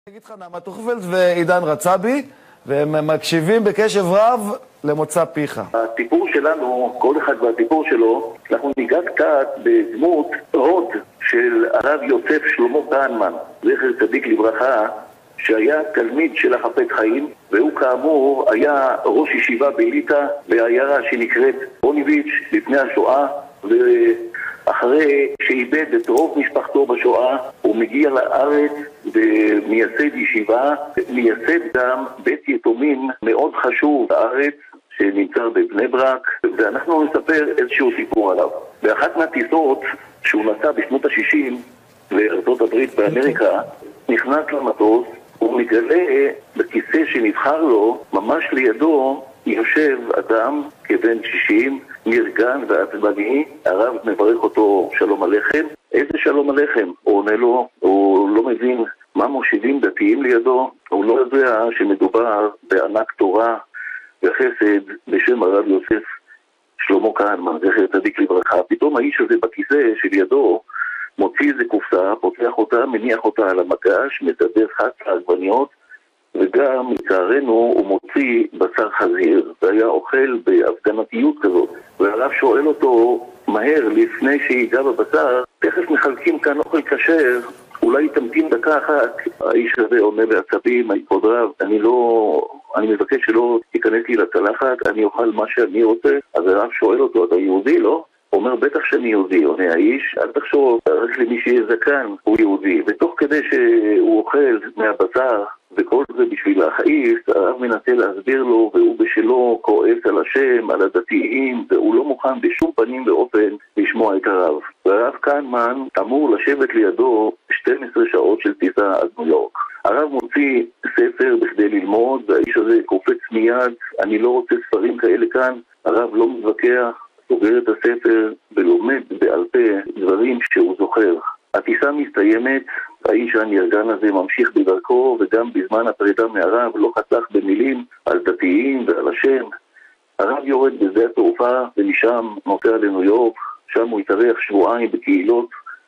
אני אגיד לך, נעמה טוכפלד ועידן רצבי, והם מקשיבים בקשב רב למוצא פיך. הסיפור שלנו, כל אחד והסיפור שלו, אנחנו ניגע קצת בדמות הוד של הרב יוסף שלמה כהנמן, זכר צדיק לברכה, שהיה תלמיד של החפץ חיים, והוא כאמור היה ראש ישיבה בליטא בעיירה שנקראת רוניביץ' לפני השואה, ואחרי שאיבד את רוב משפחתו בשואה הוא מגיע לארץ ומייסד ישיבה, מייסד גם בית יתומים מאוד חשוב בארץ שנמצא בבני ברק, ואנחנו נספר איזשהו סיפור עליו. באחת מהטיסות שהוא נסע בשנות ה-60 לארצות הברית באמריקה, נכנס למטוס, הוא מגלה בכיסא שנבחר לו, ממש לידו יושב אדם כבן 60, נרגן ועצבני. הרב מברך אותו שלום עליכם. איזה שלום עליכם? הוא עונה לו, הוא לא מבין מה מושיבים דתיים לידו, הוא לא יודע שמדובר בענק תורה וחסד בשם הרב יוסף שלמה כהנמן, זכר צדיק לברכה. פתאום האיש הזה בכיסא שלידו מוציא איזה קופסה, פותח אותה, מניח אותה על המגש, מסדר חץ העגבניות, וגם לצערנו הוא מוציא בשר חזיר. זה היה אוכל בהפגנתיות כזאת, והרב שואל אותו מהר לפני שיגע בבשר, תכף מחלקים כאן אוכל כשר, אולי תמתין דקה אחת. האיש הזה עונה בעצבים, כבוד רב, אני מבקש שלא תיכנס לי לצלחת, אני אוכל מה שאני רוצה. אז הרב שואל אותו, אתה יהודי לא? הוא אומר, בטח שאני יהודי. עונה האיש, אל תחשוב, רק למי שיהיה זקן הוא יהודי. ותוך כדי שהוא אוכל מהבשר וכל זה בשביל להכעיס, הרב מנסה להסביר לו, והוא בשלו כועס על השם, על הדתיים, והוא לא מוכן בשום פנים ואופן לשמוע את הרב. והרב כהנמן אמור לשבת לידו 12 שעות של טיסה עד ניו יורק. הרב מוציא ספר בכדי ללמוד, והאיש הזה קופץ מיד, אני לא רוצה ספרים כאלה כאן. הרב לא מתווכח, סוגר את הספר ולומד בעל פה דברים שהוא זוכר. הטיסה מסתיימת, האיש הנרגן הזה ממשיך בדרכו, וגם בזמן הפרידה מהרב לא חסך במילים על דתיים ועל השם. הרב יורד בשדה התעופה ומשם נוסע לניו יורק, שם הוא יתארח שבועיים בקהילות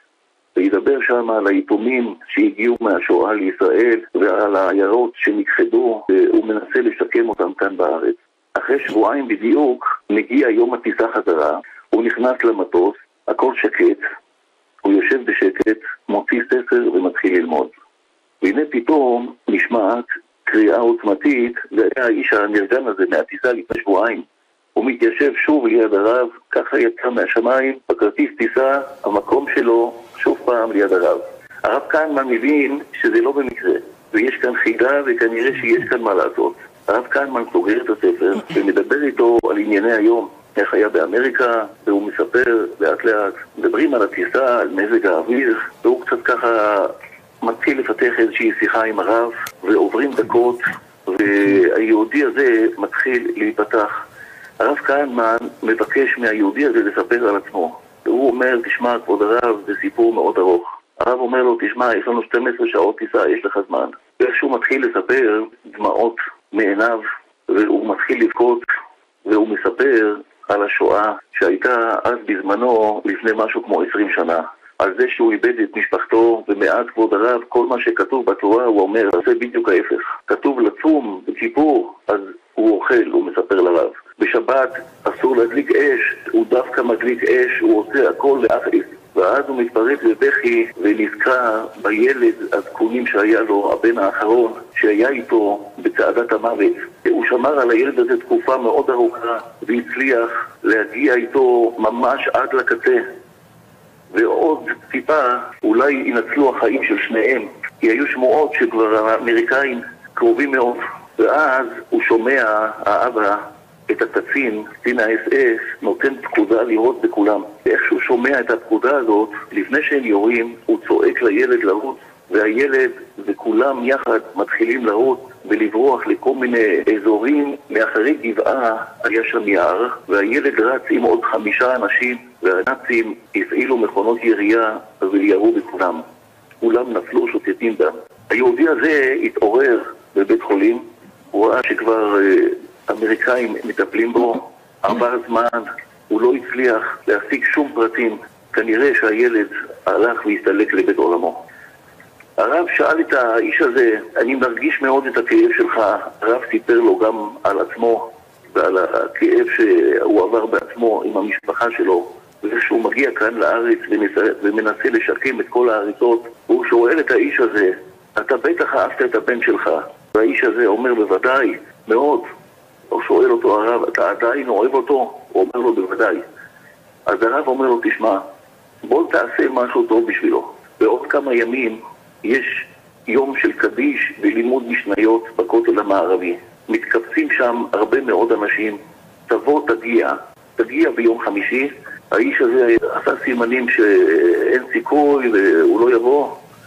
וידבר שם על היתומים שהגיעו מהשואה לישראל ועל העיירות שנכחדו, והוא מנסה לשקם אותם כאן בארץ. אחרי שבועיים בדיוק מגיע יום הטיסה חזרה, הוא נכנס למטוס, הכל שקט, הוא יושב בשקט, מוציא ספר ומתחיל ללמוד. והנה פתאום נשמעת קריאה עוצמתית, והיה האיש הנרגן הזה מהטיסה לפני שבועיים. הוא מתיישב שוב ליד הרב, ככה יצא מהשמיים, בכרטיס טיסה, המקום שלו שוב פעם ליד הרב. הרב כהנמן מבין שזה לא במקרה, ויש כאן חידה וכנראה שיש כאן מה לעשות. הרב כהנמן סוגר את הספר ומדבר איתו על ענייני היום, איך היה באמריקה, והוא מספר לאט לאט, מדברים על הטיסה, על מזג האוויר, והוא קצת ככה מתחיל לפתח איזושהי שיחה עם הרב, ועוברים דקות, והיהודי הזה מתחיל להיפתח. הרב כהנמן מבקש מהיהודי הזה לספר על עצמו, והוא אומר, תשמע כבוד הרב, זה סיפור מאוד ארוך. הרב אומר לו, תשמע, יש לנו 12 שעות טיסה, יש לך זמן. ואיכשהו מתחיל לספר, דמעות מעיניו, והוא מתחיל לבכות, והוא מספר על השואה שהייתה אז בזמנו לפני משהו כמו 20 שנה. על זה שהוא איבד את משפחתו, ומאז כבוד הרב, כל מה שכתוב בתורה הוא אומר, זה בדיוק ההפך. כתוב לצום בכיפור, אז הוא אוכל, הוא מספר לרב. בשבת אסור להדליק אש, הוא דווקא מדליק אש, הוא עושה הכל לאפס. ואז הוא מתפרץ לבכי ונזכר בילד הזקונים שהיה לו, הבן האחרון, שהיה איתו בצעדת המוות. הוא שמר על הילד הזה תקופה מאוד ארוכה, והצליח להגיע איתו ממש עד לקצה. ועוד טיפה אולי ינצלו החיים של שניהם, כי היו שמועות שכבר האמריקאים קרובים מאוד. ואז הוא שומע, האבא, את הקצין, קצין ה-SS, נותן פקודה לראות בכולם. ואיך שהוא שומע את הפקודה הזאת, לפני שהם יורים, הוא צועק לילד לרוץ, והילד וכולם יחד מתחילים לרוץ ולברוח לכל מיני אזורים. מאחרי גבעה היה שם יער, והילד רץ עם עוד 5 אנשים, והנאצים הפעילו מכונות ירייה וירו בכולם. כולם נפלו שוטטים דם. היהודי הזה התעורר בבית חולים, הוא ראה שכבר אמריקאים מטפלים בו, עבר זמן, הוא לא הצליח להשיג שום פרטים. כנראה שהילד הלך והסתלק לבית עולמו. הרב שאל את האיש הזה, אני מרגיש מאוד את הכאב שלך. הרב סיפר לו גם על עצמו ועל הכאב שהוא עבר בעצמו עם המשפחה שלו, ושהוא מגיע כאן לארץ ומנסה לשקם את כל הארצות. והוא שואל את האיש הזה, אתה בטח אהבת את הבן שלך? והאיש הזה אומר, בוודאי, מאוד. הוא שואל אותו, הרב, אתה עדיין אוהב אותו? הוא אומר לו, בוודאי. אז הרב אומר לו, תשמע, בוא תעשה משהו טוב בשבילו. בעוד כמה ימים יש יום של קדיש ולימוד משניות בכותל המערבי. מתקבצים שם הרבה מאוד אנשים. תבוא, תגיע ביום חמישי. האיש הזה עשה סימנים שאין סיכוי והוא לא יבוא.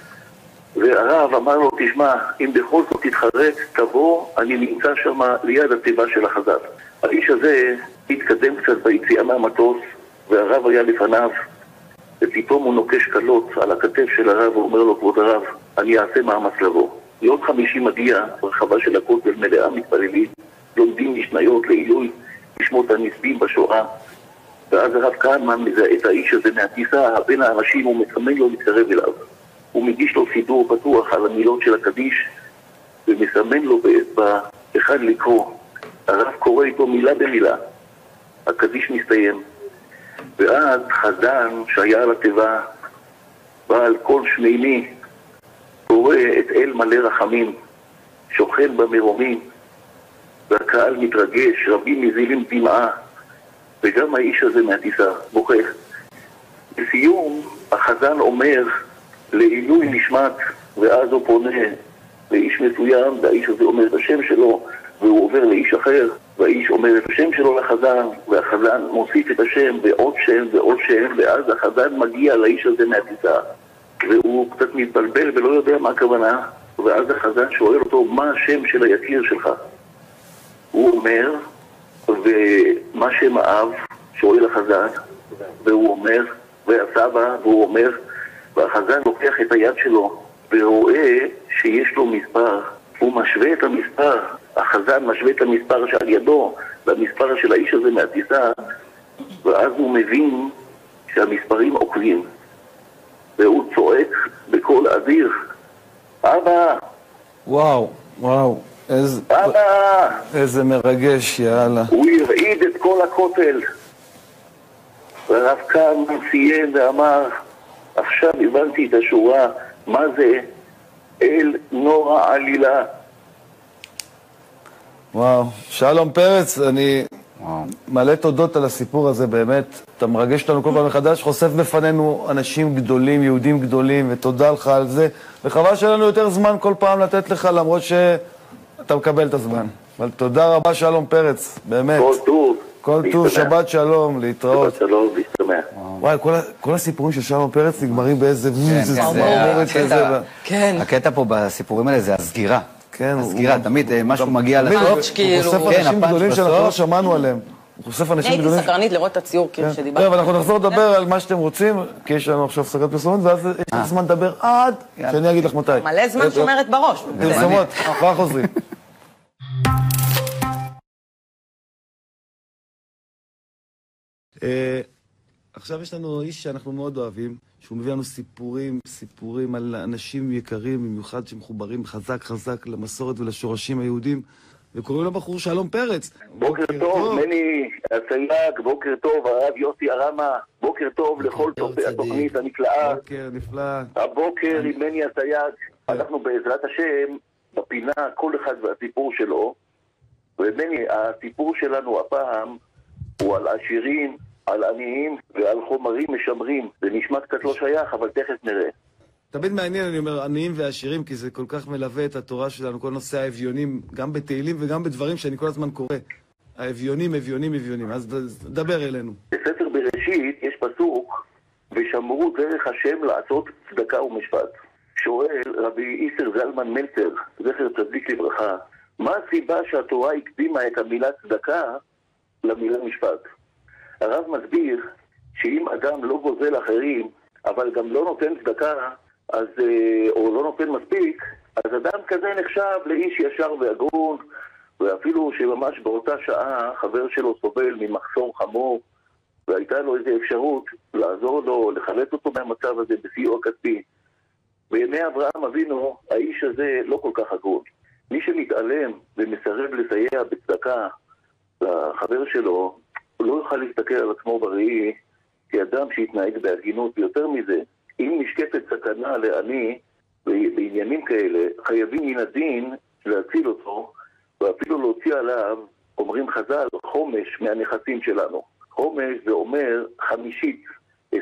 והרב אמר לו, תשמע, אם בכל זאת תתחרט, תבוא, אני נמצא שם ליד התיבה של החז"ל. האיש הזה התקדם קצת ביציאה מהמטוס, והרב היה לפניו, ופתאום הוא נוקש קלות על הכתף של הרב, ואומר לו, כבוד הרב, אני אעשה מאמץ לבוא. יום חמישי מגיע, ברחבה של הכותל מלאה מתפללים, לומדים משניות לעילוי, לשמות הנספים בשואה, ואז הרב כהנמן מזהה את האיש הזה מהטיסה, בין האנשים הוא מסמן לו להתקרב אליו. הוא מגיש לו סידור פתוח על המילות של הקדיש, ומסמן לו באחד לקרוא. הרב קורא איתו מילה במילה. הקדיש מסתיים. ואז חזן שהיה על התיבה, בעל קול שמימי, קורא את אל מלא רחמים, שוכן במרומים, והקהל מתרגש, רבים מזילים דמעה, וגם האיש הזה מהטיסה בוכה. בסיום, החזן אומר, לעילוי נשמת, ואז הוא פונה לאיש מסוים, והאיש הזה אומר את השם שלו, והוא עובר לאיש אחר, והאיש אומר את השם שלו לחזן, והחזן מוסיף את השם ועוד שם ועוד שם, ואז החזן מגיע לאיש הזה מהטיסה, והוא קצת מתבלבל ולא יודע מה הכוונה, ואז החזן שואל אותו, מה השם של היקיר שלך? הוא אומר, ומה שם האב? שואל החזן, והוא אומר, והסבא, והוא אומר, והחזן לוקח את היד שלו ורואה שיש לו מספר. הוא משווה את המספר, החזן משווה את המספר שעל ידו למספר של האיש הזה מהטיסה, ואז הוא מבין שהמספרים עוקבים, והוא צועק בקול אדיר, אבא! וואו, וואו, אבא! איזה מרגש, יאללה. הוא הרעיד את כל הכותל. והרב כהנמן סיים ואמר, עכשיו הבנתי את השורה, מה זה אל נורא עלילה. וואו, שלום פרץ, אני מלא תודות על הסיפור הזה, באמת. אתה מרגש אותנו כל פעם מחדש, חושף בפנינו אנשים גדולים, יהודים גדולים, ותודה לך על זה. וחבל שלנו יותר זמן כל פעם לתת לך, למרות שאתה מקבל את הזמן. אבל תודה רבה, שלום פרץ, באמת. כל טוב. כל טוב, שבת שלום, להתראות. שבת שלום, להשתמע. וואי, כל הסיפורים של שלום פרץ נגמרים באיזה... כן. הקטע פה בסיפורים האלה זה הסגירה. כן. הסגירה, תמיד משהו מגיע לך. הוא חושף אנשים גדולים שאנחנו לא שמענו עליהם. הוא חושף אנשים גדולים... הייתי סקרנית לראות את הציור שדיברתי. אבל אנחנו נחזור לדבר על מה שאתם רוצים, כי יש לנו עכשיו הפסקת פרסומות, ואז יש לך זמן לדבר עד שאני אגיד לך מתי. מלא זמן שומרת בראש. פרסומות, כבר חוזרים. עכשיו יש לנו איש שאנחנו מאוד אוהבים, שהוא מביא לנו סיפורים על אנשים יקרים, במיוחד שמחוברים חזק למסורת ולשורשים היהודים, וקוראים לבחור שלום פרץ. בוקר טוב, מני הסייג, בוקר טוב, הרב יוסי הרמה, בוקר טוב לכל צופי התוכנית הנפלאה. בוקר נפלא. הבוקר עם מני הסייג, אנחנו בעזרת השם, בפינה כל אחד והסיפור שלו, ומני, הסיפור שלנו הפעם הוא על עשירים, על עניים ועל חומרים משמרים. זה נשמע קצת לא שייך, אבל תכף נראה. תמיד מעניין, אני אומר, עניים ועשירים, כי זה כל כך מלווה את התורה שלנו, כל נושא האביונים, גם בתהילים וגם בדברים שאני כל הזמן קורא. האביונים. אז דבר אלינו. בספר בראשית יש פסוק, ושמרו דרך השם לעשות צדקה ומשפט. שואל רבי איסר זלמן מלצר, זכר צדיק לברכה, מה הסיבה שהתורה הקדימה את המילה צדקה למילה משפט? הרב מסביר שאם אדם לא גוזל אחרים, אבל גם לא נותן צדקה, אז, או לא נותן מספיק, אז אדם כזה נחשב לאיש ישר והגון, ואפילו שממש באותה שעה חבר שלו סובל ממחסור חמור, והייתה לו איזו אפשרות לעזור לו, לחלץ אותו מהמצב הזה בסיוע כספי. בימי אברהם אבינו, האיש הזה לא כל כך הגון. מי שמתעלם ומסרב לסייע בצדקה לחבר שלו, הוא לא יוכל להסתכל על עצמו בראי כאדם שיתנהג בהגינות. ויותר מזה, אם נשקפת סכנה לעני בעניינים כאלה, חייבים מן הדין להציל אותו, ואפילו להוציא עליו, אומרים חז"ל, חומש מהנכסים שלנו. חומש זה אומר 50%, 20%,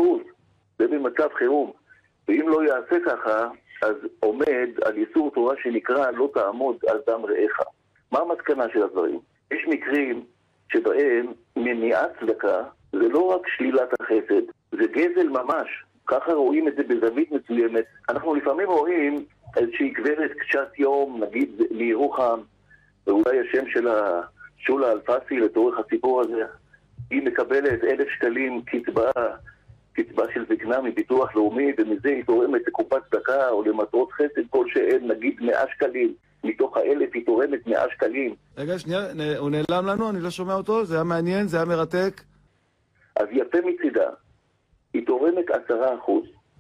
זה במצב חירום. ואם לא יעשה ככה, אז עומד על איסור תורה שנקרא לא תעמוד על דם רעך. מה המסקנה של הדברים? יש מקרים שבהם מניעת צדקה זה לא רק שלילת החסד, זה גזל ממש. ככה רואים את זה בזווית מסוימת. אנחנו לפעמים רואים איזושהי גברת קשת יום, נגיד מירוחם, ואולי השם שלה שולה אלפסי לצורך הסיפור הזה, היא מקבלת 1,000 שקלים קצבה של זקנה מביטוח לאומי, ומזה היא תורמת לקופת צדקה או למטרות חסד כלשהן, נגיד 100 שקלים. מתוך 1,000 היא תורמת 100 שקלים. רגע, שנייה, הוא נעלם לנו, אני לא שומע אותו, זה היה מעניין, זה היה מרתק. אז יפה מצידה, היא תורמת 10%.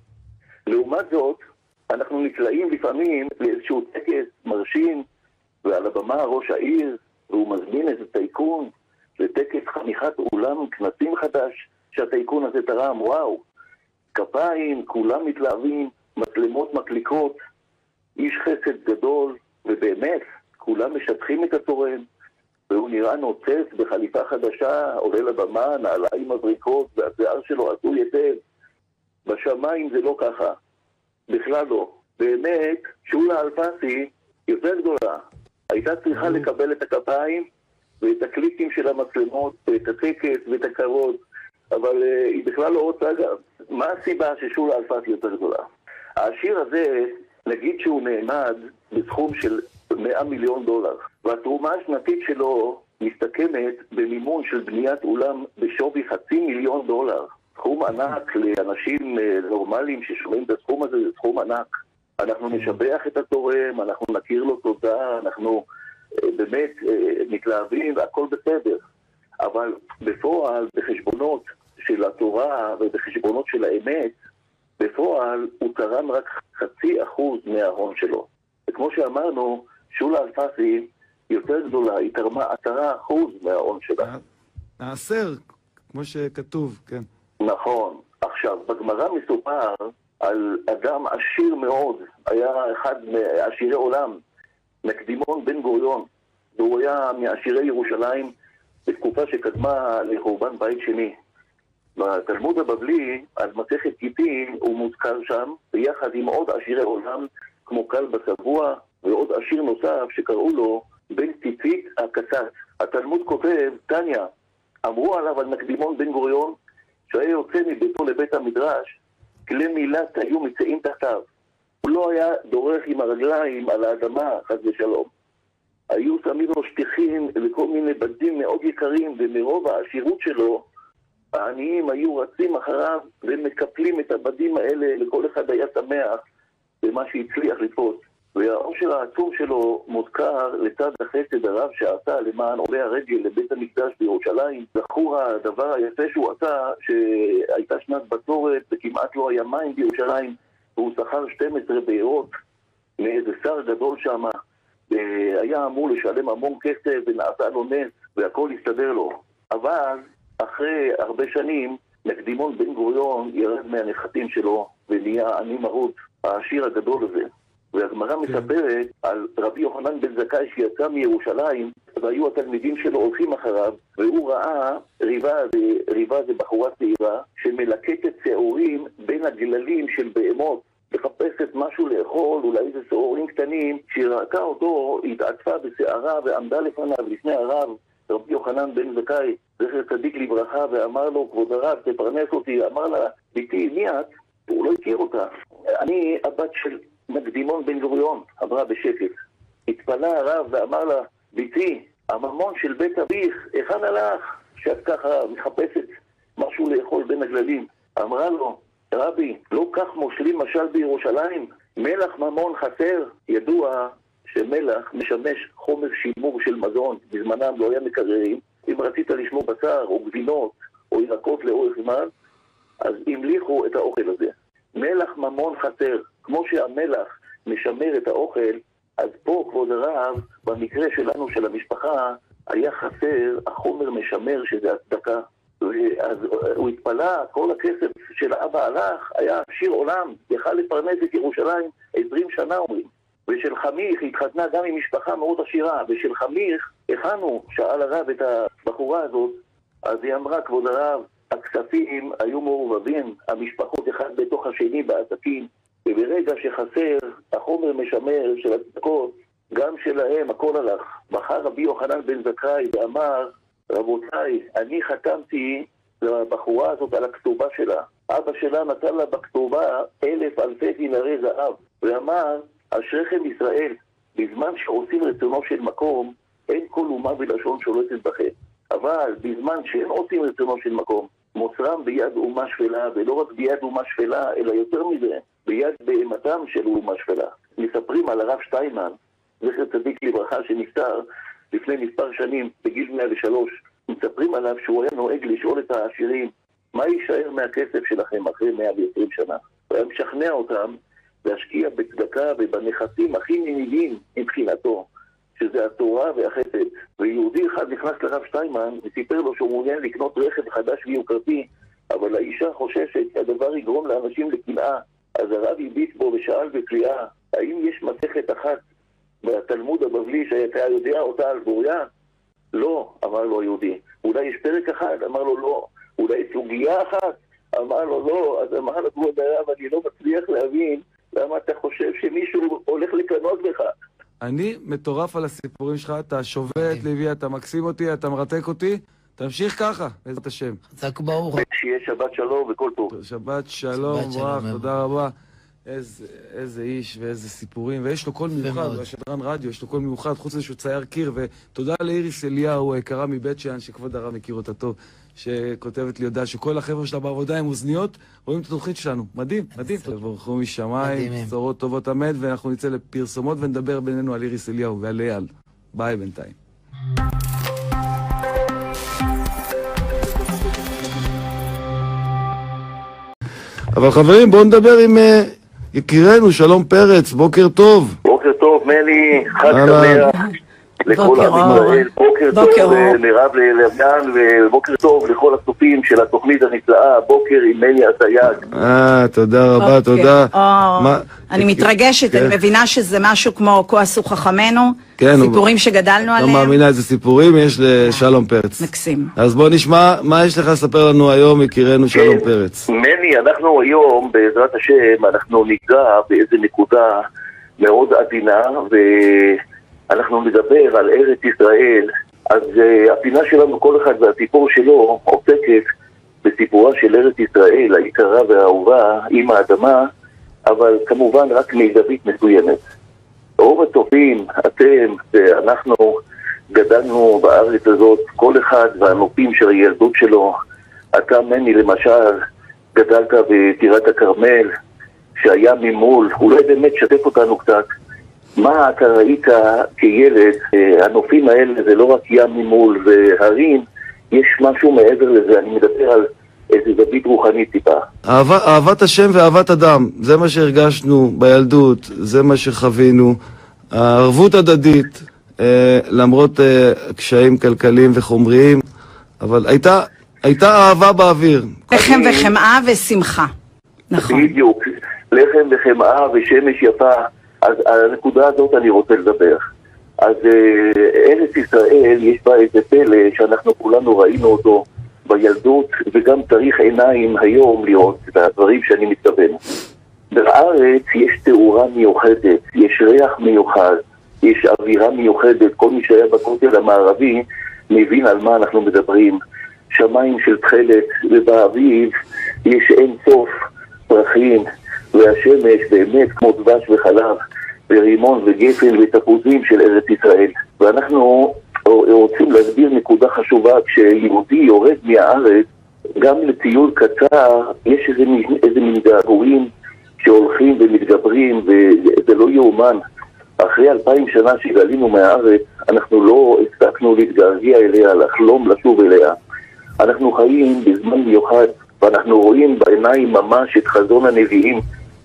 לעומת זאת, אנחנו נקלעים לפעמים לאיזשהו טקס מרשים, ועל הבמה ראש העיר, והוא מזמין איזה טייקון לטקס חניכת אולם כנסים חדש, שהטייקון הזה תרם, וואו, כפיים, כולם מתלהבים, מצלמות מקליקות, איש חסד גדול, ובאמת, כולם משטחים את התורם, והוא נראה נוצץ בחליפה חדשה, עולה לבמה, נעליים מבריקות, והשיער שלו עשוי היטב. בשמיים זה לא ככה, בכלל לא. באמת, שולה אלפסי יותר גדולה. הייתה צריכה לקבל את הכפיים ואת הקליקים של המצלמות, ואת הטקס ואת הכבוד, אבל היא בכלל לא רוצה גם. מה הסיבה ששולה אלפסי יותר גדולה? השיר הזה, נגיד שהוא נעמד בסכום של $100 מיליון, והתרומה השנתית שלו מסתכמת במימון של בניית אולם בשווי $500,000. סכום ענק לאנשים נורמליים ששומעים את הסכום הזה, זה סכום ענק. אנחנו נשבח את התורם, אנחנו נכיר לו תודה, אנחנו באמת מתלהבים והכל בסדר. אבל בפועל, בחשבונות של התורה ובחשבונות של האמת, בפועל הוא תרם רק 0.5% מההון שלו. וכמו שאמרנו, שולה אלפסי יותר גדולה, היא תרמה 10% מההון שלה. העשר, כמו שכתוב, כן. נכון. עכשיו, בגמרא מסופר על אדם עשיר מאוד, היה אחד מעשירי עולם, נקדימון בן גוריון, והוא היה מעשירי ירושלים בתקופה שקדמה לחורבן בית שני. בתלמוד הבבלי, על מסכת גיטין, הוא מוזכר שם, ביחד עם עוד עשירי עולם, כמו כלבא שבוע, ועוד עשיר נוסף שקראו לו בן ציצית הקצת. התלמוד כותב, תניא, אמרו עליו על נקדימון בן גוריון, שהיה יוצא מביתו לבית המדרש, כלי מילת היו מצאים תחתיו. הוא לא היה דורך עם הרגליים על האדמה, חס ושלום. היו שמים לו שטיחים וכל מיני בדים מאוד יקרים, ומרוב העשירות שלו, העניים היו רצים אחריו ומקפלים את הבדים האלה, לכל אחד היה שמח במה שהצליח לתפוס. והעושר העצום שלו מוזכר לצד החסד הרב שעשה למען עולי הרגל לבית המקדש בירושלים. זכור הדבר היפה שהוא עשה, שהייתה שנת בצורת וכמעט לא היה מים בירושלים, והוא שכר 12 בארות מאיזה שר גדול שם, והיה אמור לשלם המון כסף ונעשה לו נס והכל הסתדר לו. אבל אחרי הרבה שנים נקדימון בן גוריון ירד מהנכסים שלו ונהיה עני מרוד, העשיר הגדול הזה. והגמרא מספרת על רבי יוחנן בן זכאי שיצא מירושלים, והיו התלמידים שלו הולכים אחריו, והוא ראה ריבה זה בחורה צעירה שמלקטת שעורים בין הגללים של בהמות, לחפשת משהו לאכול, אולי איזה שעורים קטנים. כשהיא ראתה אותו, היא התעטפה בשערה ועמדה לפני הרב, רבי יוחנן בן זכאי, זכר צדיק לברכה, ואמר לו, כבוד הרב, תפרנס אותי. אמר לה, ביתי, מי את? הוא לא הכיר אותה. אני הבת של נקדימון בן גוריון, אמרה בשקט. התפנה הרב ואמר לה, ביתי, הממון של בית אביך, היכן הלך? שאת ככה מחפשת משהו לאכול בין הגללים. אמרה לו, רבי, לא כך מושלים משל בירושלים? מלח ממון חסר. ידוע שמלח משמש חומר שימור של מזון, בזמנם לא היה מקררים. אם רצית לשמור בשר או גבינות או ירקות לאורך זמן, אז המליכו את האוכל הזה. מלח ממון חסר. כמו שהמלח משמר את האוכל, אז פה, כבוד הרב, במקרה שלנו, של המשפחה, היה חסר החומר משמר שזה הצדקה. אז הוא התפלה, כל הכסף של האבא הלך, היה עשיר עולם, יכל לפרנס את ירושלים 20 שנה אומרים. ושל חמיך התחתנה גם עם משפחה מאוד עשירה, ושל חמיך, הכנו, שאל הרב את הבחורה הזאת, אז היא אמרה, כבוד הרב, הכספים היו מעורבבים, המשפחות אחד בתוך השני בעסקים, וברגע שחסר החומר משמר של הצדקות, גם שלהם הכל הלך. בחר רבי יוחנן בן זכאי ואמר, רבותיי, אני חתמתי לבחורה הזאת על הכתובה שלה. אבא שלה נתן לה בכתובה 1,000 אלפי דינרי זהב, ואמר, אשריכם ישראל, בזמן שעושים רצונו של מקום, אין כל אומה בלשון שולטת בכם. אבל בזמן שאין עושים רצונו של מקום, מוסרם ביד אומה שפלה, ולא רק ביד אומה שפלה, אלא יותר מזה, ביד בהמתם של אומה שפלה. מספרים על הרב שטיינמן, זכר צדיק לברכה שנפטר לפני מספר שנים, בגיל 103, מספרים עליו שהוא היה נוהג לשאול את העשירים, מה יישאר מהכסף שלכם אחרי 120 שנה? הוא היה משכנע אותם להשקיע בצדקה ובנכסים הכי נמילים מבחינתו, שזה התורה והחסד. ויהודי אחד נכנס לרב שטיינמן וסיפר לו שהוא מעוניין לקנות רכב חדש ויוקרתי, אבל האישה חוששת שהדבר יגרום לאנשים לקנאה. אז הרב הביט בו ושאל בקריאה, האם יש מסכת אחת בתלמוד הבבלי שאתה יודע אותה על בוריה? לא, אמר לו היהודי. אולי יש פרק אחד? אמר לו לא. אולי סוגיה אחת? אמר לו לא. אז אמר לו, כבוד הרב, אני לא מצליח להבין למה אתה חושב שמישהו הולך לקנות בך. אני מטורף על הסיפורים שלך, אתה שובה את ליבי, אתה מקסים אותי, אתה מרתק אותי, תמשיך ככה, בעזרת השם. חזק וברוך. שיהיה שבת שלום וכל טוב. שבת שלום, ברוך, תודה רבה. איזה איש ואיזה סיפורים, ויש לו קול מיוחד, השדרן רדיו, יש לו קול מיוחד, חוץ לזה שהוא צייר קיר, ותודה לאיריס אליהו, היקרה מבית שאן, שכבוד הרב מכיר אותה טוב, שכותבת לי יודעת שכל החבר'ה שלה בעבודה עם אוזניות, רואים את התוכנית שלנו. מדהים, מדהים. תבורכו משמיים, בשורות טובות אמת, ואנחנו נצא לפרסומות ונדבר בינינו על איריס אליהו ועל אייל. ביי בינתיים. אבל חברים, בואו נדבר עם יקירנו, שלום פרץ, בוקר טוב. בוקר טוב, מלי, חג שמח לכל עם ישראל, בוקר טוב לרב לרבן, ובוקר טוב לכל הצופים של התוכנית הנפלאה, בוקר עם מלי הסייג. תודה רבה, תודה. אני מתרגשת, אני מבינה שזה משהו כמו כה עשו חכמינו, סיפורים שגדלנו עליהם. לא מאמינה איזה סיפורים יש לשלום פרץ. מקסים. אז בוא נשמע, מה יש לך לספר לנו היום, יקירנו שלום פרץ? מלי, אנחנו היום, בעזרת השם, אנחנו ניגע באיזה נקודה מאוד עדינה, ואנחנו נדבר על ארץ ישראל. אז הפינה שלנו, כל אחד והסיפור שלו, עוסקת בסיפורה של ארץ ישראל, היקרה והאהובה, עם האדמה, אבל כמובן רק מידבית מסוימת. רוב הצופים, אתם ואנחנו גדלנו בארץ הזאת, כל אחד והנופים של הילדות שלו. אתה מני למשל, גדלת בטירת הכרמל, שהיה ממול, אולי באמת שתף אותנו קצת. מה אתה ראית כילד? הנופים האלה זה לא רק ים ממול והרים, יש משהו מעבר לזה, אני מדבר על איזה זווית רוחנית טיפה. אהבת השם ואהבת אדם, זה מה שהרגשנו בילדות, זה מה שחווינו. הערבות הדדית, למרות קשיים כלכליים וחומריים, אבל הייתה אהבה באוויר. לחם וחמאה ושמחה. נכון. בדיוק, לחם וחמאה ושמש יפה. אז על הנקודה הזאת אני רוצה לדבר. אז ארץ ישראל יש בה איזה פלא שאנחנו כולנו ראינו אותו בילדות, וגם צריך עיניים היום לראות את הדברים שאני מתכוון. בארץ יש תאורה מיוחדת, יש ריח מיוחד, יש אווירה מיוחדת. כל מי שהיה בכותל המערבי מבין על מה אנחנו מדברים. שמיים של תכלת, ובאביב יש אין סוף פרחים, והשמש באמת כמו דבש וחלב, ורימון וגפן ותפוזים של ארץ ישראל. ואנחנו רוצים להסביר נקודה חשובה. כשיהודי יורד מהארץ, גם לטיול קצר יש איזה מין געגועים שהולכים ומתגברים, וזה לא יאומן. אחרי 2000 שנה שגלינו מהארץ, אנחנו לא הספקנו להתגעגע אליה, לחלום לשוב אליה. אנחנו חיים בזמן מיוחד, ואנחנו רואים בעיניים ממש את חזון הנביאים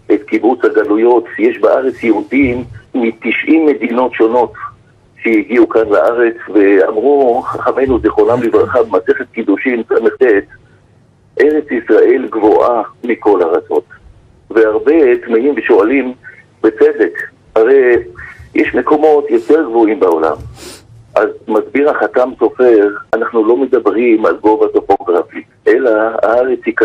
את קיבוץ הגלויות. יש בארץ יהודים מ-90 מדינות שונות שהגיעו כאן לארץ, ואמרו חכמינו זיכרונם לברכה במסכת קידושין ס"ט, ארץ ישראל גבוהה מכל ארצות. והרבה תמהים ושואלים בצדק, הרי יש מקומות יותר גבוהים בעולם. אז מסביר החתם סופר, אנחנו לא מדברים על גובה טופוגרפי, אלא הארץ היא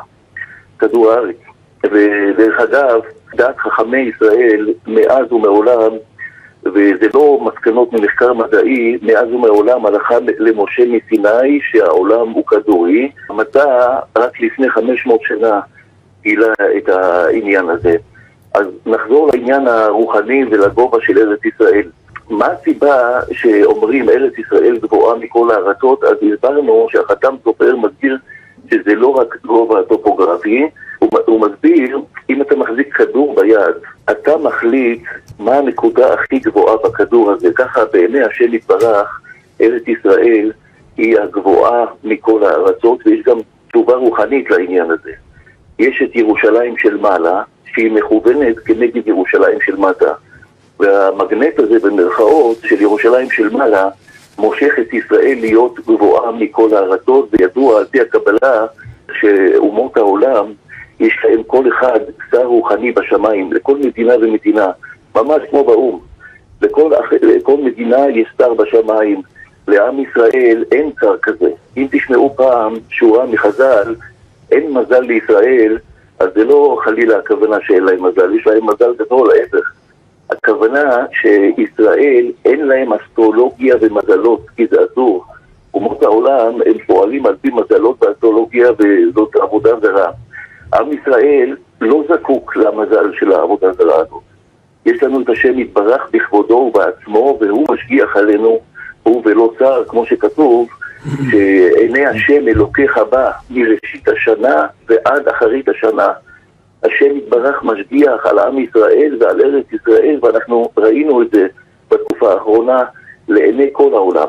כדור הארץ. ודרך אגב, דעת חכמי ישראל מאז ומעולם, וזה לא מסקנות ממחקר מדעי, מאז ומעולם הלכה למשה מסיני שהעולם הוא כדורי. המדע רק לפני 500 שנה גילה את העניין הזה. אז נחזור לעניין הרוחני ולגובה של ארץ ישראל. מה הסיבה שאומרים ארץ ישראל גבוהה מכל הארצות? אז הסברנו שהחתם סופר מסביר שזה לא רק גובה טופוגרפי, הוא מסביר, אם אתה מחזיק כדור ביד, אתה מחליט מה הנקודה הכי גבוהה בכדור הזה. ככה בעיני השם יתברך, ארץ ישראל היא הגבוהה מכל הארצות, ויש גם תשובה רוחנית לעניין הזה. יש את ירושלים של מעלה, שהיא מכוונת כנגד ירושלים של מטה. והמגנט הזה במרכאות של ירושלים של מעלה מושך את ישראל להיות גבוהה מכל הארצות, וידוע על פי הקבלה שאומות העולם יש להם כל אחד שר רוחני בשמיים, לכל מדינה ומדינה, ממש כמו באום. לכל מדינה יש שר בשמיים, לעם ישראל אין שר כזה. אם תשמעו פעם שורה מחז"ל, אין מזל לישראל, אז זה לא חלילה הכוונה שאין להם מזל, יש להם מזל גדול, להפך. הכוונה שישראל אין להם אסטרולוגיה ומזלות, כי זה אסור. אומות העולם הם פועלים על פי מזלות ואסטרולוגיה, וזאת עבודה זרה. עם ישראל לא זקוק למזל של העבודה זרה הזאת. יש לנו את השם יתברך בכבודו ובעצמו, והוא משגיח עלינו, הוא ולא שר, כמו שכתוב, שעיני השם אלוקיך בא מראשית השנה ועד אחרית השנה. השם יתברך משגיח על עם ישראל ועל ארץ ישראל, ואנחנו ראינו את זה בתקופה האחרונה לעיני כל העולם.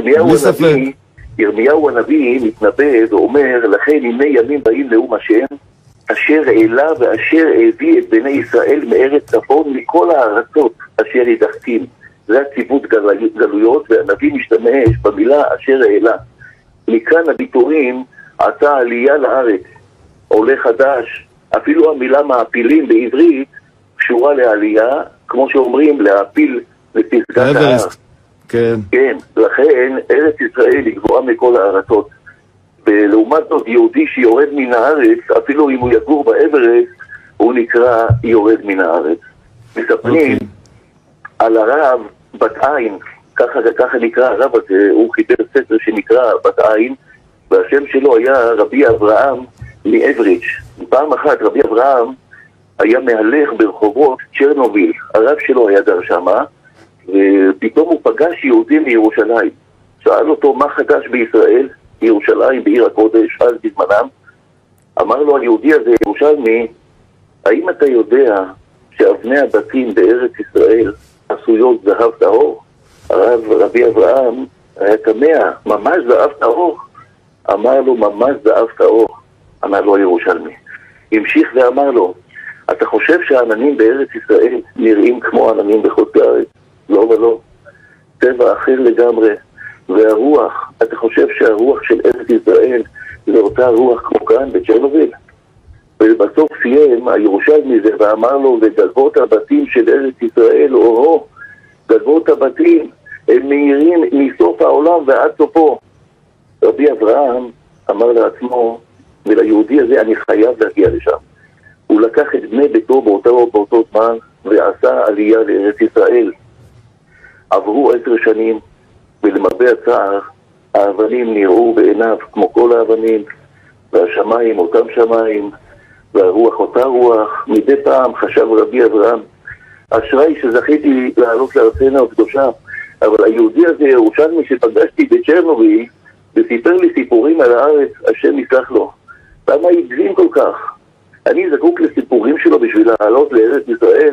ירמיהו הנביא מתנבא ואומר, לכן הנה ימים באים נאום השם, אשר העלה ואשר הביא את בני ישראל מארץ צפון מכל הארצות אשר ידחתים. זה הציוות גלויות, והנביא משתמש במילה אשר העלה. מכאן הביטויים עשה עלייה לארץ, עולה חדש. אפילו המילה מעפילים בעברית קשורה לעלייה, כמו שאומרים להעפיל לפסגת ההר. כן. כן, לכן ארץ ישראל היא גבוהה מכל הארצות. ולעומת זאת יהודי שיורד מן הארץ, אפילו אם הוא יגור באברסט, הוא נקרא יורד מן הארץ. מספרים על הרב בת עין, ככה נקרא הרב הזה, הוא חיבר ספר שנקרא בת עין, והשם שלו היה רבי אברהם מאבריץ'. פעם אחת רבי אברהם היה מהלך ברחובות צ'רנוביל, הרב שלו היה גר שמה, ופתאום הוא פגש יהודים מירושלים. שאל אותו מה חדש בישראל, ירושלים בעיר הקודש, אז בזמנם. אמר לו היהודי הזה, ירושלמי, האם אתה יודע שאבני הבתים בארץ ישראל עשויות זהב טהור? הרב רבי אברהם היה תמה, ממש זהב טהור? אמר לו, ממש זהב טהור. אמר לו הירושלמי. המשיך ואמר לו, אתה חושב שהעננים בארץ ישראל נראים כמו עננים בחוץ לארץ? לא ולא. טבע אחר לגמרי. והרוח, אתה חושב שהרוח של ארץ ישראל זה אותה רוח כמו כאן בצ'רנוביל? ובסוף סיים הירושלמי זה ואמר לו, וגלבות הבתים של ארץ ישראל, גלבות הבתים הם מהירים מסוף העולם ועד סופו. רבי אברהם אמר לעצמו, וליהודי הזה אני חייב להגיע לשם. הוא לקח את בני ביתו באותו זמן ועשה עלייה לארץ ישראל. עברו 10 שנים, ולמרבה הצער האבנים נראו בעיניו כמו כל האבנים, והשמיים אותם שמיים, והרוח אותה רוח. מדי פעם חשב רבי אברהם, אשרי שזכיתי לעלות לארצנו הקדושה. אבל היהודי הזה, ירושלמי שפגשתי בצ'רנוביל, וסיפר לי סיפורים על הארץ, השם יסלח לו. למה הגזים כל כך? אני זקוק לסיפורים שלו בשביל לעלות לארץ ישראל.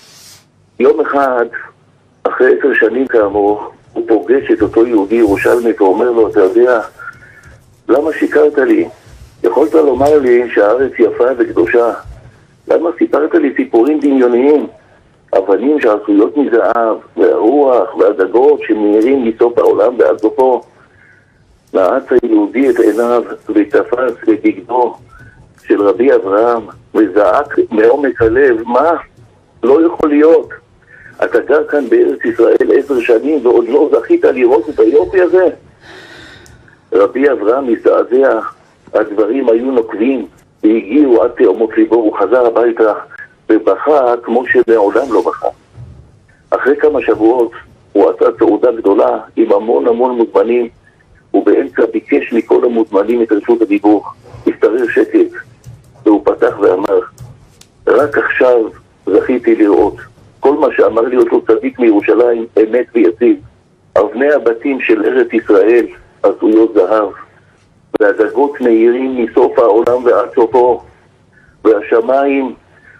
יום אחד, אחרי 10 שנים כאמור, הוא פוגש את אותו יהודי ירושלמי ואומר לו, אתה יודע, למה שיקרת לי? יכולת לומר לי שהארץ יפה וקדושה. למה סיפרת לי סיפורים דמיוניים? אבנים שעשויות מזהב, והרוח והדגות שמאירים מסוף העולם ועד סופו. נעץ היהודי את עיניו ותפס בבגדו של רבי אברהם וזעק מעומק הלב, מה? לא יכול להיות. אתה גר כאן בארץ ישראל 10 שנים ועוד לא זכית לראות את היופי הזה? רבי אברהם מזדעזע, הדברים היו נוקבים והגיעו עד תאומות ליבו, הוא חזר הביתה ובכה כמו שמעולם לא בכה. אחרי כמה שבועות הוא עשה סעודה גדולה עם המון מוזמנים, ובאמצע ביקש מכל המוזמנים את רשות הדיבור. השתרר שקט והוא פתח ואמר, רק עכשיו זכיתי לראות כל מה שאמר לי אותו צדיק מירושלים, אמת ויציב. אבני הבתים של ארץ ישראל עשויות זהב, והדגות מאירים מסוף העולם ועד סופו, והשמיים,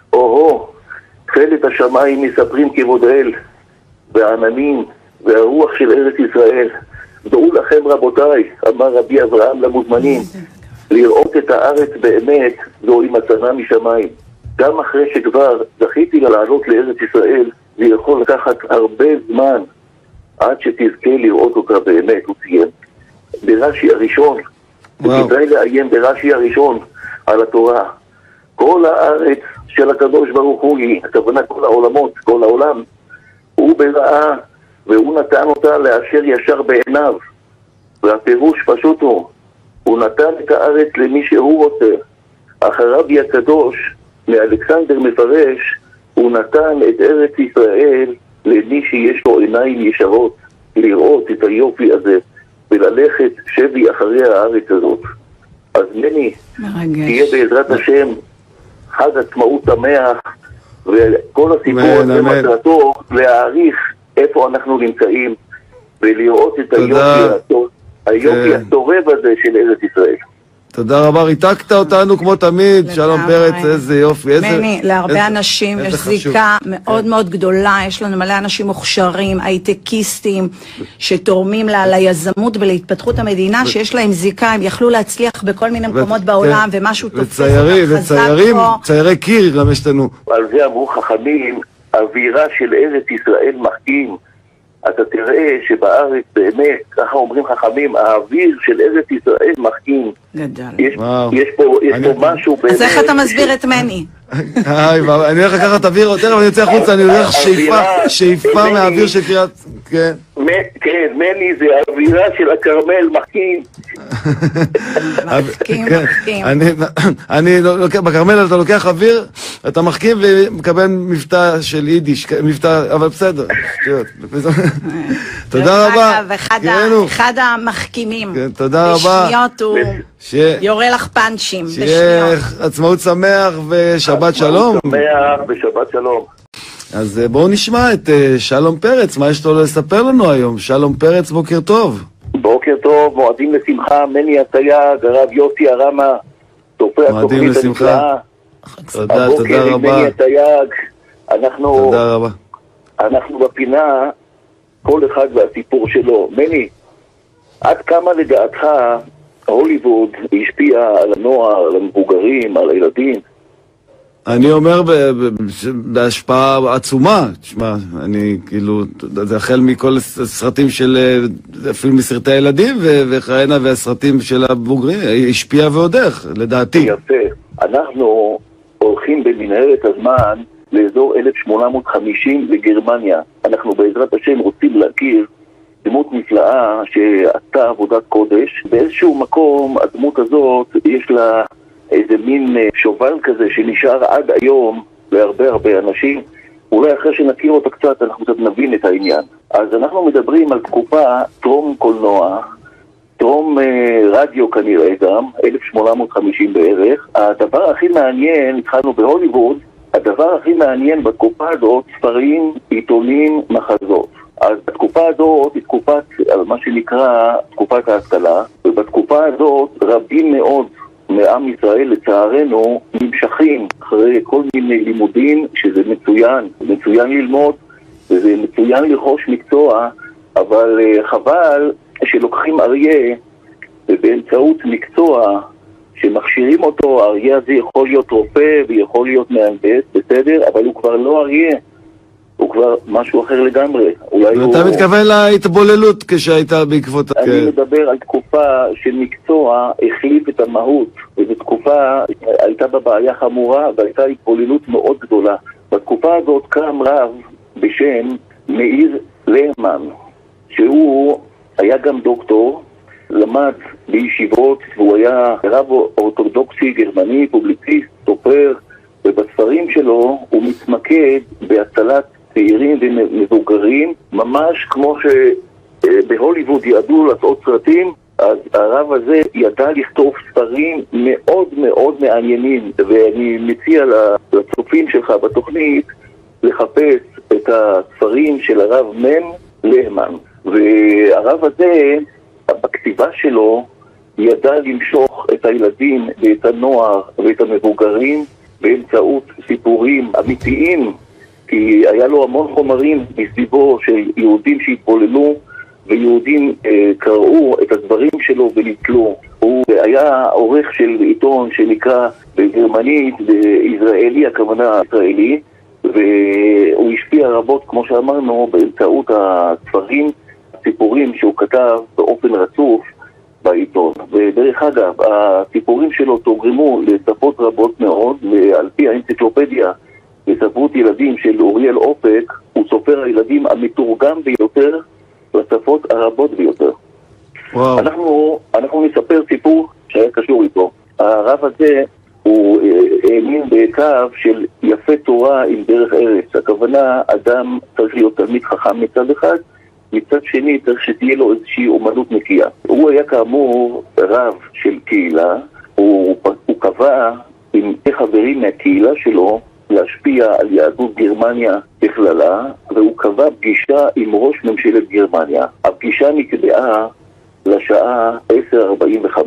תכלת השמיים מספרים כבוד האל, והעננים והרוח של ארץ ישראל. דעו לכם רבותיי, אמר רבי אברהם למוזמנים, לראות את הארץ באמת זוהי מתנה משמיים. גם אחרי שכבר זכיתי לעלות לארץ ישראל, זה יכול לקחת הרבה זמן עד שתזכה לראות אותה באמת, הוא ציין. ברש"י הראשון, וכדאי לעיין ברש"י הראשון על התורה. כל הארץ של הקדוש ברוך הוא היא, הכוונה כל העולמות, כל העולם, הוא בראה והוא נתן אותה לאשר ישר בעיניו. והפירוש פשוט הוא נתן את הארץ למי שהוא רוצה. הרבי הקדוש מאלכסנדר מפרש, הוא נתן את ארץ ישראל למי שיש לו עיניים ישרות, לראות את היופי הזה וללכת שבי אחרי הארץ הזאת. אז מני, תהיה בעזרת השם חג עצמאות שמח, וכל הסיפור הזה מטרתו להעריך איפה אנחנו נמצאים ולראות את היופי הסובב הזה של ארץ ישראל. תודה רבה, ריתקת אותנו כמו תמיד, שלום פרץ, איזה יופי. מני, להרבה אנשים יש זיקה מאוד מאוד גדולה, יש לנו מלא אנשים מוכשרים, הייטקיסטים, שתורמים ליזמות ולהתפתחות המדינה, שיש להם זיקה, הם יכלו להצליח בכל מיני מקומות בעולם, ומשהו תופס אותם חזק פה. וציירי קיר גם יש לנו. על זה אמרו חכמים, אווירה של ארץ ישראל מחכים. אתה תראה שבארץ באמת, ככה אומרים חכמים, האוויר של ארץ ישראל מחכים. גדל. יש פה משהו באמת... אז איך אתה מסביר את מני? אני הולך לקחת אוויר יותר, אבל אני יוצא החוצה, אני הולך שאיפה מהאוויר של קריאת... כן. כן, מני זה האווירה של הכרמל מחכים. מחכים. בכרמל אתה לוקח אוויר, אתה מחכים ומקבל מבטא של יידיש, מבטא, אבל בסדר. תודה רבה. אחד המחכימים. תודה רבה. בשניות הוא יורה לך פאנצ'ים. שיהיה עצמאות שמח ושבת שלום. עצמאות שמח ושבת שלום. אז בואו נשמע את שלום פרץ, מה יש לו לספר לנו היום? שלום פרץ, בוקר טוב. בוקר טוב, מועדים לשמחה, מני התייג, הרב יוסי הרמה, תופי התוכנית הנפלאה. תודה רבה. מני התייג, תודה רבה. אנחנו בפינה, כל אחד והסיפור שלו. מני, עד כמה לדעתך הוליווד השפיע על הנוער, על המבוגרים, על הילדים? אני אומר בהשפעה עצומה, תשמע, אני כאילו, זה החל מכל הסרטים של, אפילו מסרטי הילדים וכהנה והסרטים של הבוגרים, השפיע ועוד איך, לדעתי. יפה, אנחנו הולכים במנהרת הזמן לאזור 1850 לגרמניה. אנחנו בעזרת השם רוצים להכיר דמות נפלאה שעשתה עבודת קודש. באיזשהו מקום הדמות הזאת יש לה איזה מין שובל כזה שנשאר עד היום להרבה אנשים. אולי אחרי שנכיר אותה קצת אנחנו קצת נבין את העניין. אז אנחנו מדברים על תקופה טרום קולנוע, טרום רדיו כנראה גם, 1850 בערך. הדבר הכי מעניין, התחלנו בהוליווד, הדבר הכי מעניין בתקופה הזאת, ספרים, עיתונים, מחזות. אז התקופה הזאת היא תקופת, מה שנקרא, תקופת ההשכלה, ובתקופה הזאת רבים מאוד מעם ישראל לצערנו נמשכים אחרי כל מיני לימודים, שזה מצוין ללמוד וזה מצוין לרכוש מקצוע, אבל חבל שלוקחים אריה ובאמצעות מקצוע שמכשירים אותו, האריה הזה יכול להיות רופא ויכול להיות מהנדס, בסדר, אבל הוא כבר לא אריה, הוא כבר משהו אחר לגמרי. ואתה מתכוון להתבוללות כשהייתה בעקבות... אני מדבר על תקופה שמקצוע החליף את המהות, וזו תקופה הייתה בה בעיה חמורה והייתה התבוללות מאוד גדולה. בתקופה הזאת קם רב בשם מאיר להמן, שהוא היה גם דוקטור, למד בישיבות, והוא היה רב אורתודוקסי גרמני, פובליציסט, סופר, ובספרים שלו הוא מתמקד בהצלת צעירים ומבוגרים, ממש כמו שבהוליווד ידעו לעשות סרטים, אז הרב הזה ידע לכתוב ספרים מאוד מאוד מעניינים, ואני מציע לצופים שלך בתוכנית לחפש את הספרים של הרב מם להמן. והרב הזה, בכתיבה שלו, ידע למשוך את הילדים ואת הנוער ואת המבוגרים באמצעות סיפורים אמיתיים, כי היה לו המון חומרים מסביבו של יהודים שהתבוללו, ויהודים קראו את הדברים שלו וניטלו. הוא היה עורך של עיתון שנקרא בגרמנית, בישראלי, הכוונה ישראלי, והוא השפיע רבות, כמו שאמרנו, באמצעות הספרים, הסיפורים שהוא כתב באופן רצוף בעיתון. ודרך אגב, הסיפורים שלו תורגמו לשפות רבות מאוד, ועל פי האנציקלופדיה לספרות ילדים של אוריאל אופק, הוא סופר הילדים המתורגם ביותר לשפות הרבות ביותר. וואו. אנחנו נספר סיפור שהיה קשור איתו. הרב הזה הוא האמין בקו של יפה תורה עם דרך ארץ. הכוונה, אדם צריך להיות תלמיד חכם מצד אחד, מצד שני צריך שתהיה לו איזושהי אומנות נקייה. הוא היה כאמור רב של קהילה, הוא קבע עם חברים מהקהילה שלו להשפיע על יהדות גרמניה בכללה, והוא קבע פגישה עם ראש ממשלת גרמניה. הפגישה נקבעה לשעה 10:45,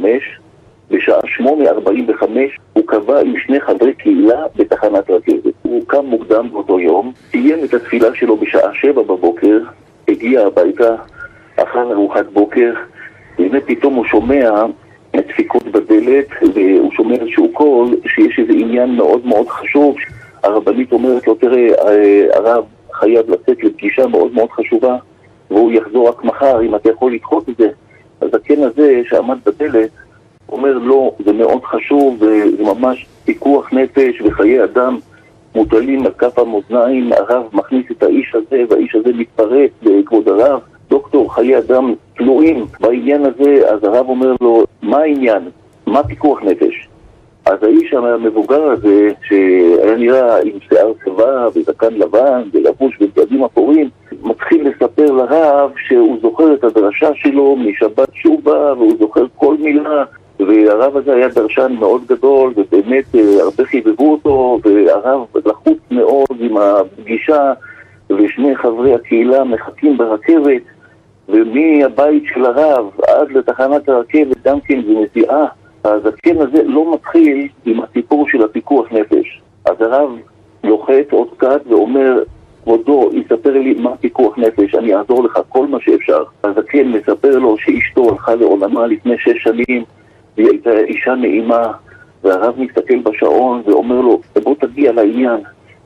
בשעה 8:45 הוא קבע עם 2 חברי קהילה בתחנת רכבת. הוא קם מוקדם באותו יום, סיים את התפילה שלו בשעה 7 בבוקר, הגיע הביתה אחר ארוחת בוקר, והנה פתאום הוא שומע דפיקות בדלת, והוא שומע איזשהו קול שיש איזה עניין מאוד מאוד חשוב. הרבנית אומרת לו, תראה, הרב חייב לצאת לפגישה מאוד מאוד חשובה, והוא יחזור רק מחר, אם אתה יכול לדחות את זה. אז הכן הזה שעמד בדלת אומר, לא, זה מאוד חשוב, זה ממש פיקוח נפש וחיי אדם מוטלים על כף המאזניים. הרב מכניס את האיש הזה, והאיש הזה מתפרץ לכבוד הרב, דוקטור, חיי אדם תלויים בעניין הזה. אז הרב אומר לו, מה העניין? מה פיקוח נפש? אז האיש המבוגר הזה, שהיה נראה עם שיער צבא וזקן לבן ולבוש בבגדים אפורים, מתחיל לספר לרב שהוא זוכר את הדרשה שלו משבת שובה, והוא זוכר כל מילה, והרב הזה היה דרשן מאוד גדול, ובאמת הרבה חיבבו אותו, והרב לחוץ מאוד עם הפגישה, ושני חברי הקהילה מחכים ברכבת, ומהבית של הרב עד לתחנת הרכבת גם כן בנסיעה. אז הכן הזה לא מתחיל עם הסיפור של הפיקוח נפש. אז הרב לוחץ עוד קצת ואומר, כבודו, יספר לי מה פיקוח נפש, אני אעזור לך כל מה שאפשר. אז הכן מספר לו שאשתו הלכה לעולמה לפני 6 שנים, והיא הייתה אישה נעימה, והרב מסתכל בשעון ואומר לו, בוא תגיע לעניין.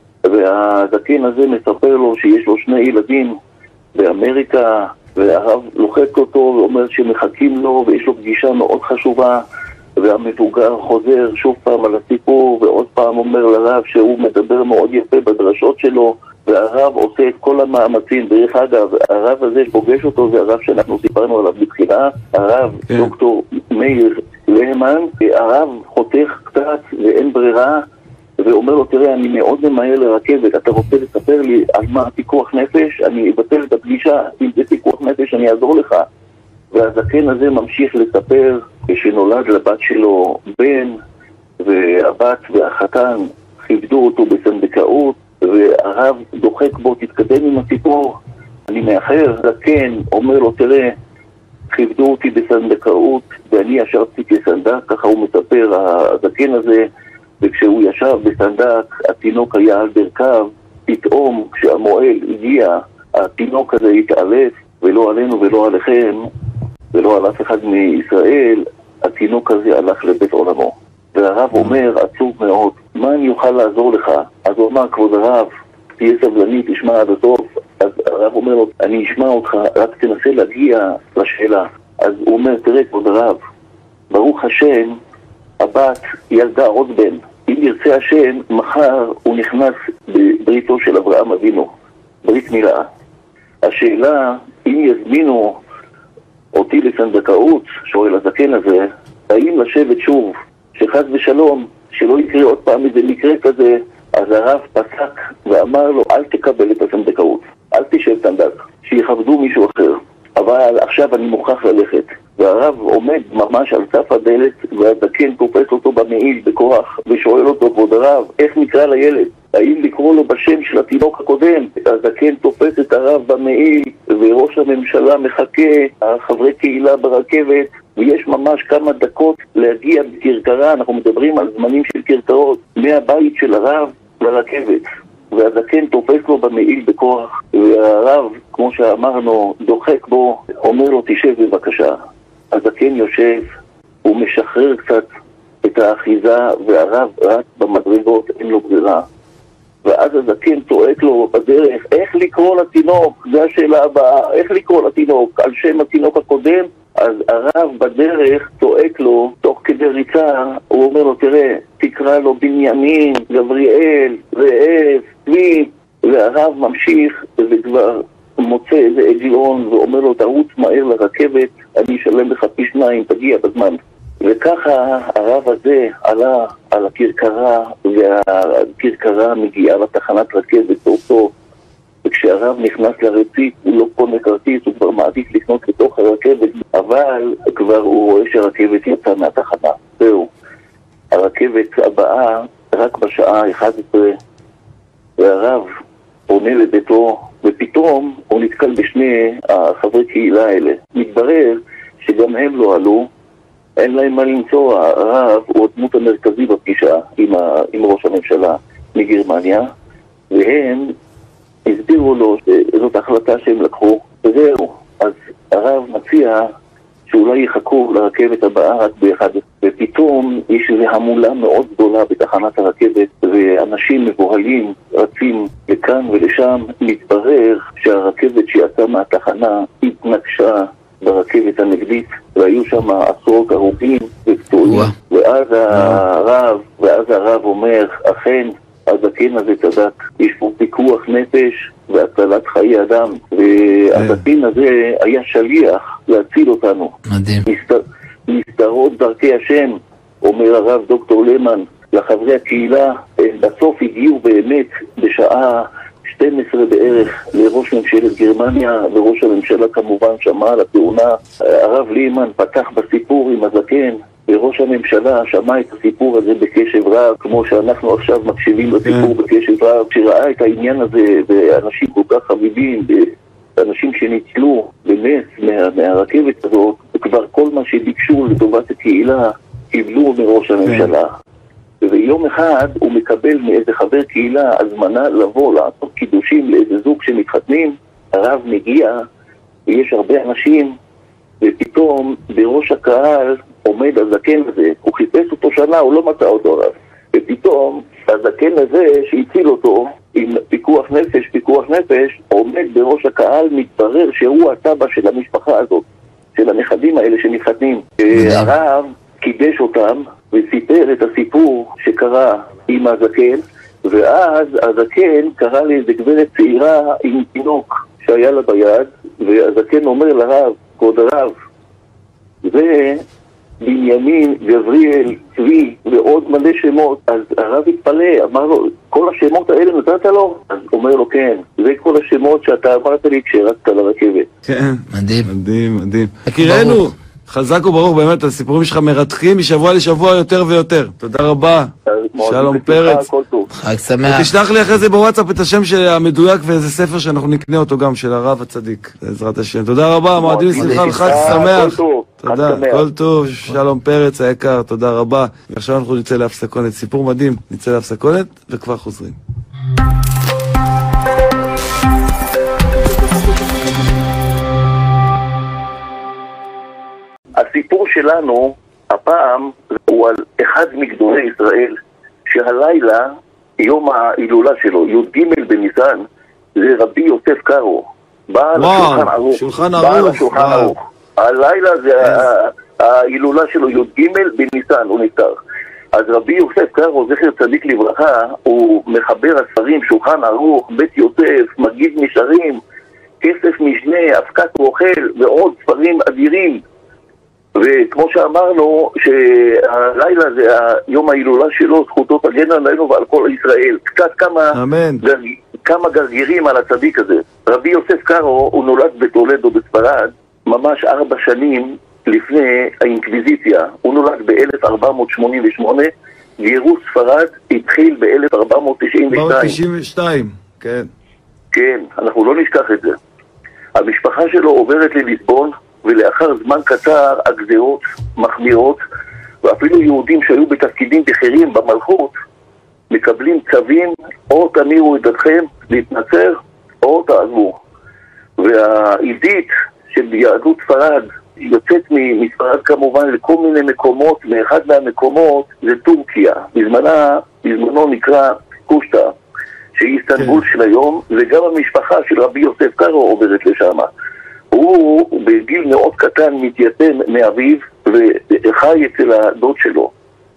והזקן הזה מספר לו שיש לו 2 ילדים באמריקה, והרב לוחץ אותו ואומר שמחכים לו ויש לו פגישה מאוד חשובה, והמבוגר חוזר שוב פעם על הסיפור ועוד פעם אומר לרב שהוא מדבר מאוד יפה בדרשות שלו, והרב עושה את כל המאמצים. דרך אגב, הרב הזה שפוגש אותו זה הרב שאנחנו סיפרנו עליו בתחילה, הרב דוקטור מאיר להמן. הרב חותך קצת ואין ברירה ואומר לו, תראה, אני מאוד ממהר לרכבת, אתה רוצה לספר לי על מה פיקוח נפש? אני אבטל את הפגישה, אם זה פיקוח נפש אני אעזור לך. והזקן הזה ממשיך לספר שנולד לבת שלו בן, והבת והחתן כיבדו אותו בסנדקאות, והרב דוחק בו, תתקדם עם הסיפור, אני מאחר. הזקן אומר לו, תראה, כיבדו אותי בסנדקאות ואני ישבתי כסנדק, ככה הוא מספר הזקן הזה, וכשהוא ישב בסנדק התינוק היה על ברכיו, פתאום כשהמועד הגיע התינוק הזה התעלף, ולא עלינו ולא עליכם ולא על אף אחד מישראל, התינוק הזה הלך לבית עולמו. והרב אומר, עצוב מאוד, מה אני אוכל לעזור לך? אז הוא אמר, כבוד הרב, תהיה סבלני, תשמע עד הסוף. אז הרב אומר לו, אני אשמע אותך, רק תנסה להגיע לשאלה. אז הוא אומר, תראה כבוד הרב, ברוך השם, הבת ילדה עוד בן. אם ירצה השם, מחר הוא נכנס בבריתו של אברהם אבינו, ברית מילה. השאלה, אם יזמינו אותי לפונדקאות, שואל הזקן הזה, האם לשבת שוב, שחס ושלום, שלא יקרה עוד פעם איזה מקרה כזה. אז הרב פסק ואמר לו, אל תקבל את הפונדקאות, אל תשב סנדק, שיכבדו מישהו אחר. אבל עכשיו אני מוכרח ללכת. והרב עומד ממש על סף הדלת, והזקן תופס אותו במעיל בכוח, ושואל אותו, כבוד הרב, איך נקרא לילד? האם לקרוא לו בשם של התינוק הקודם? הזקן תופס את הרב במעיל, וראש הממשלה מחכה, חברי קהילה ברכבת, ויש ממש כמה דקות להגיע בקרקרה, אנחנו מדברים על זמנים של קרקרות, מהבית של הרב לרכבת. והזקן תופס לו במעיל בכוח, והרב, כמו שאמרנו, דוחק בו, אומר לו, תשב בבקשה. הזקן יושב, הוא משחרר קצת את האחיזה, והרב רק במדרגות, אין לו ברירה. ואז הזקן צועק לו בדרך, איך לקרוא לתינוק? זו השאלה הבאה, איך לקרוא לתינוק? על שם התינוק הקודם? אז הרב בדרך צועק לו, תוך כדי ריצה, הוא אומר לו, תראה, תקרא לו בנימין, גבריאל, זאב, צבי. והרב ממשיך, וכבר מוצא איזה עגלון, ואומר לו, תרוץ מהר לרכבת, אני אשלם לך פי 2, תגיע בזמן. וככה הרב הזה עלה על הכרכרה, והכרכרה מגיעה לתחנת רכבת באותו. וכשהרב נכנס לרציף, הוא לא קונה כרטיס, הוא כבר מעדיף לקנות לתוך הרכבת, אבל כבר הוא רואה שהרכבת יצאה מהתחנה. זהו. הרכבת הבאה רק בשעה 11, והרב עונה לביתו, ופתאום הוא נתקל בשני החברי קהילה האלה. מתברר שגם הם לא עלו, אין להם מה למצוא. הרב הוא הדמות המרכזי בפגישה עם ראש הממשלה מגרמניה, והם הסבירו לו שזאת החלטה שהם לקחו, וזהו. אז הרב מציע שאולי יחכו לרכבת הבאה רק ב-11, ופתאום יש איזו המולה מאוד גדולה בתחנת הרכבת, ואנשים מבוהלים רצים לכאן ולשם. מתברר שהרכבת שיצאה מהתחנה התנגשה ברכבת הנגדית, והיו שם עשרות הרוגים ופצועים. ואז הרב אומר, אכן, הזקן הזה צדק, יש פה פיקוח נפש והצלת חיי אדם, והזקן הזה היה שליח להציל אותנו. מדהים. מסתרות דרכי השם, אומר הרב דוקטור למן, לחברי הקהילה. בסוף הגיעו באמת בשעה 12 בערך לראש ממשלת גרמניה, וראש הממשלה כמובן שמע על התאונה. הרב לימן פתח בסיפור עם הזקן, וראש הממשלה שמע את הסיפור הזה בקשב רב, כמו שאנחנו עכשיו מקשיבים לסיפור בקשב רב. כשראה את העניין הזה, ואנשים כל כך חביבים, ואנשים שניצלו באמת מהרכבת הזאת, וכבר כל מה שביקשו לטובת הקהילה, קיבלו מראש הממשלה. ויום אחד הוא מקבל מאיזה חבר קהילה הזמנה לבוא לעשות קידושים לאיזה זוג שמתחתנים. הרב מגיע, ויש הרבה אנשים, ופתאום בראש הקהל עומד הזקן הזה. הוא חיפש אותו שנה, הוא לא מצא אותו הרב. ופתאום הזקן הזה שהציל אותו עם פיקוח נפש, עומד בראש הקהל. מתברר שהוא הסבא של המשפחה הזאת, של הנכדים האלה שמתחתנים. הרב קידש אותם וסיפר את הסיפור שקרה עם הזקן, ואז הזקן קרא לאיזה גברת צעירה עם תינוק שהיה לה ביד, והזקן אומר לרב, כבוד הרב, זה בנימין, גבריאל, צבי ועוד מלא שמות. אז הרב התפלא, אמר לו, כל השמות האלה נתת לו? אז אומר לו, כן, זה כל השמות שאתה אמרת לי כשרצת לרכבת. כן, מדהים. מדהים, מדהים. הכירנו, חזק וברוך, באמת, הסיפורים שלך מרתחים משבוע לשבוע יותר ויותר. תודה רבה. שלום פרץ. חג שמח. תשלח לי אחרי זה בוואטסאפ את השם המדויק ואיזה ספר שאנחנו נקנה אותו גם, של הרב הצדיק, בעזרת השם. תודה רבה, מועדים שמחה וחג שמח. תודה, כל טוב, שלום פרץ היקר, תודה רבה. ועכשיו אנחנו נצא להפסקונת, סיפור מדהים, נצא להפסקונת וכבר חוזרים. הסיפור שלנו הפעם הוא על אחד מגדולי ישראל, שהלילה, יום ההילולה שלו, י"ג בניסן, זה רבי יוסף קארו. בעל השולחן ערוך. בעל השולחן ערוך. הלילה זה ההילולה שלו, י"ג בניסן, הוא נפטר. אז רבי יוסף קארו, זכר צדיק לברכה, הוא מחבר הספרים, שולחן ערוך, בית יוסף, מגיד נשארים, כסף משנה, אבקת רוכל ועוד ספרים אדירים. וכמו שאמרנו, שהלילה זה יום ההילולה שלו, זכותו תגן עלינו ועל כל ישראל. קצת כמה גרגירים על הצדיק הזה. רבי יוסף קארו, הוא נולד בטולדו בספרד, ממש 4 שנים לפני האינקוויזיציה. הוא נולד ב-1488, גירוש ספרד התחיל ב-1492. כן. כן, אנחנו לא נשכח את זה. המשפחה שלו עוברת לליסבון, ולאחר זמן קצר הגזרות מחמירות, ואפילו יהודים שהיו בתפקידים בכירים במלכות מקבלים צווים, או תמירו את דתכם להתנצר או תעזבו. והעידית של יהדות ספרד יוצאת מספרד כמובן לכל מיני מקומות, ואחד מהמקומות זה טורקיה, בזמנו נקרא קושטא, שהיא איסטנבול של היום, וגם המשפחה של רבי יוסף קארו עוברת לשם. הוא בגיל מאוד קטן מתייתם מאביו וחי אצל הדוד שלו.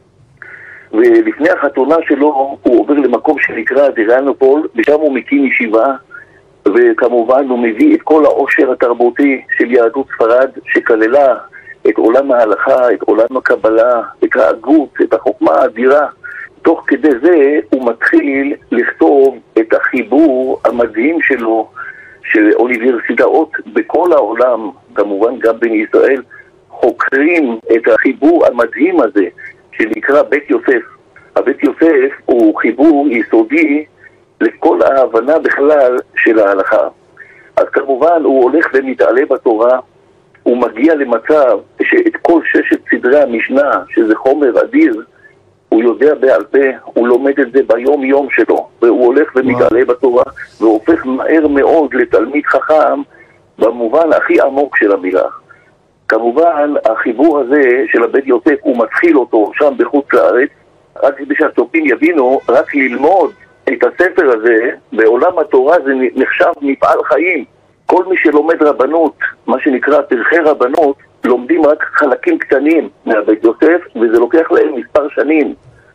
ולפני החתונה שלו הוא עובר למקום שנקרא אדריאנופול, ושם הוא מקים ישיבה, וכמובן הוא מביא את כל העושר התרבותי של יהדות ספרד, שכללה את עולם ההלכה, את עולם הקבלה, את ההגות, את החוכמה האדירה. תוך כדי זה הוא מתחיל לכתוב את החיבור המדהים שלו, של אוניברסיטאות בכל העולם, כמובן גם בין ישראל, חוקרים את החיבור המדהים הזה, שנקרא בית יוסף. הבית יוסף הוא חיבור יסודי לכל ההבנה בכלל של ההלכה. אז כמובן הוא הולך ומתעלה בתורה, הוא מגיע למצב שאת כל 6 סדרי המשנה, שזה חומר אדיר, הוא יודע בעל פה, הוא לומד את זה ביום יום שלו, והוא הולך ומתעלה בתורה, והופך מהר מאוד לתלמיד חכם, במובן הכי עמוק של המילה. כמובן, החיבור הזה של הבית יוסף, הוא מתחיל אותו שם בחוץ לארץ, רק כדי שהצופים יבינו, רק ללמוד את הספר הזה, בעולם התורה זה נחשב מפעל חיים. כל מי שלומד רבנות, מה שנקרא פרחי רבנות, לומדים רק חלקים קטנים מהבית יוסף, וזה לוקח להם מספר שנים.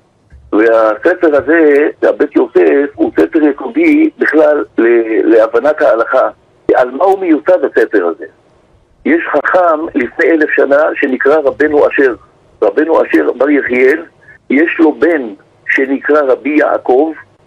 והספר הזה, הבית יוסף, הוא ספר יסודי בכלל להבנת ההלכה. על מה הוא מיוסד הספר הזה? יש חכם לפני 1000 שנה שנקרא רבנו אשר. רבנו אשר בר יחיאל, יש לו בן שנקרא רבי יעקב,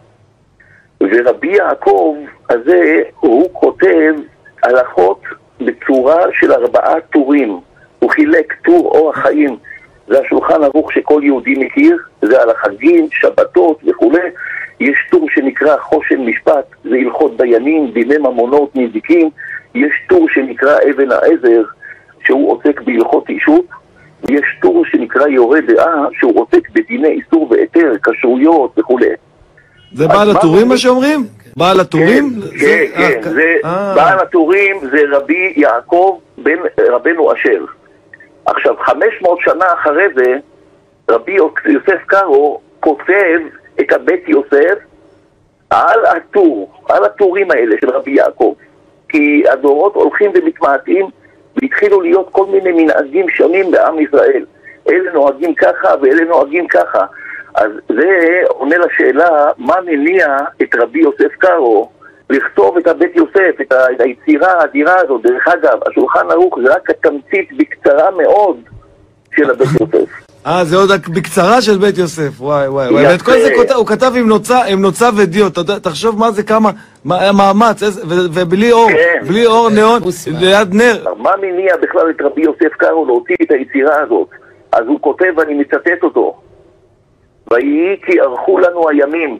ורבי יעקב הזה הוא כותב הלכות בצורה של 4 טורים. הוא חילק טור אורח חיים, זה השולחן ערוך שכל יהודי מכיר, זה על החגים, שבתות וכו'. יש טור שנקרא חושן משפט, זה הלכות דיינים, דיני ממונות, נזיקים. יש טור שנקרא אבן העזר, שהוא עוסק בהלכות אישות. יש טור שנקרא יורה דעה, שהוא עוסק בדיני איסור והיתר, כשרויות וכו'. זה בעל הטורים מה שאומרים? בעל הטורים? כן, בעל הטורים זה רבי יעקב בן רבנו אשר. עכשיו, 500 שנה אחרי זה, רבי יוסף קארו כותב את הבית יוסף על הטורים האלה של רבי יעקב. כי הדורות הולכים ומתמעטים, והתחילו להיות כל מיני מנהגים שונים בעם ישראל. אלה נוהגים ככה ואלה נוהגים ככה. אז זה עונה לשאלה, מה מניע את רבי יוסף קארו לכתוב את הבית יוסף, את היצירה האדירה הזאת. דרך אגב, השולחן ערוך זה רק התמצית בקצרה מאוד של הבית יוסף. זה עוד בקצרה של בית יוסף, וואי. ואת כל זה הוא כתב עם נוצה ודיו, תחשוב מה זה, כמה מאמץ, ובלי אור, בלי אור נאון, ליד נר. מה מניע בכלל את רבי יוסף קארו להוציא את היצירה הזאת? אז הוא כותב, ואני מצטט אותו, ויהי כי ערכו לנו הימים,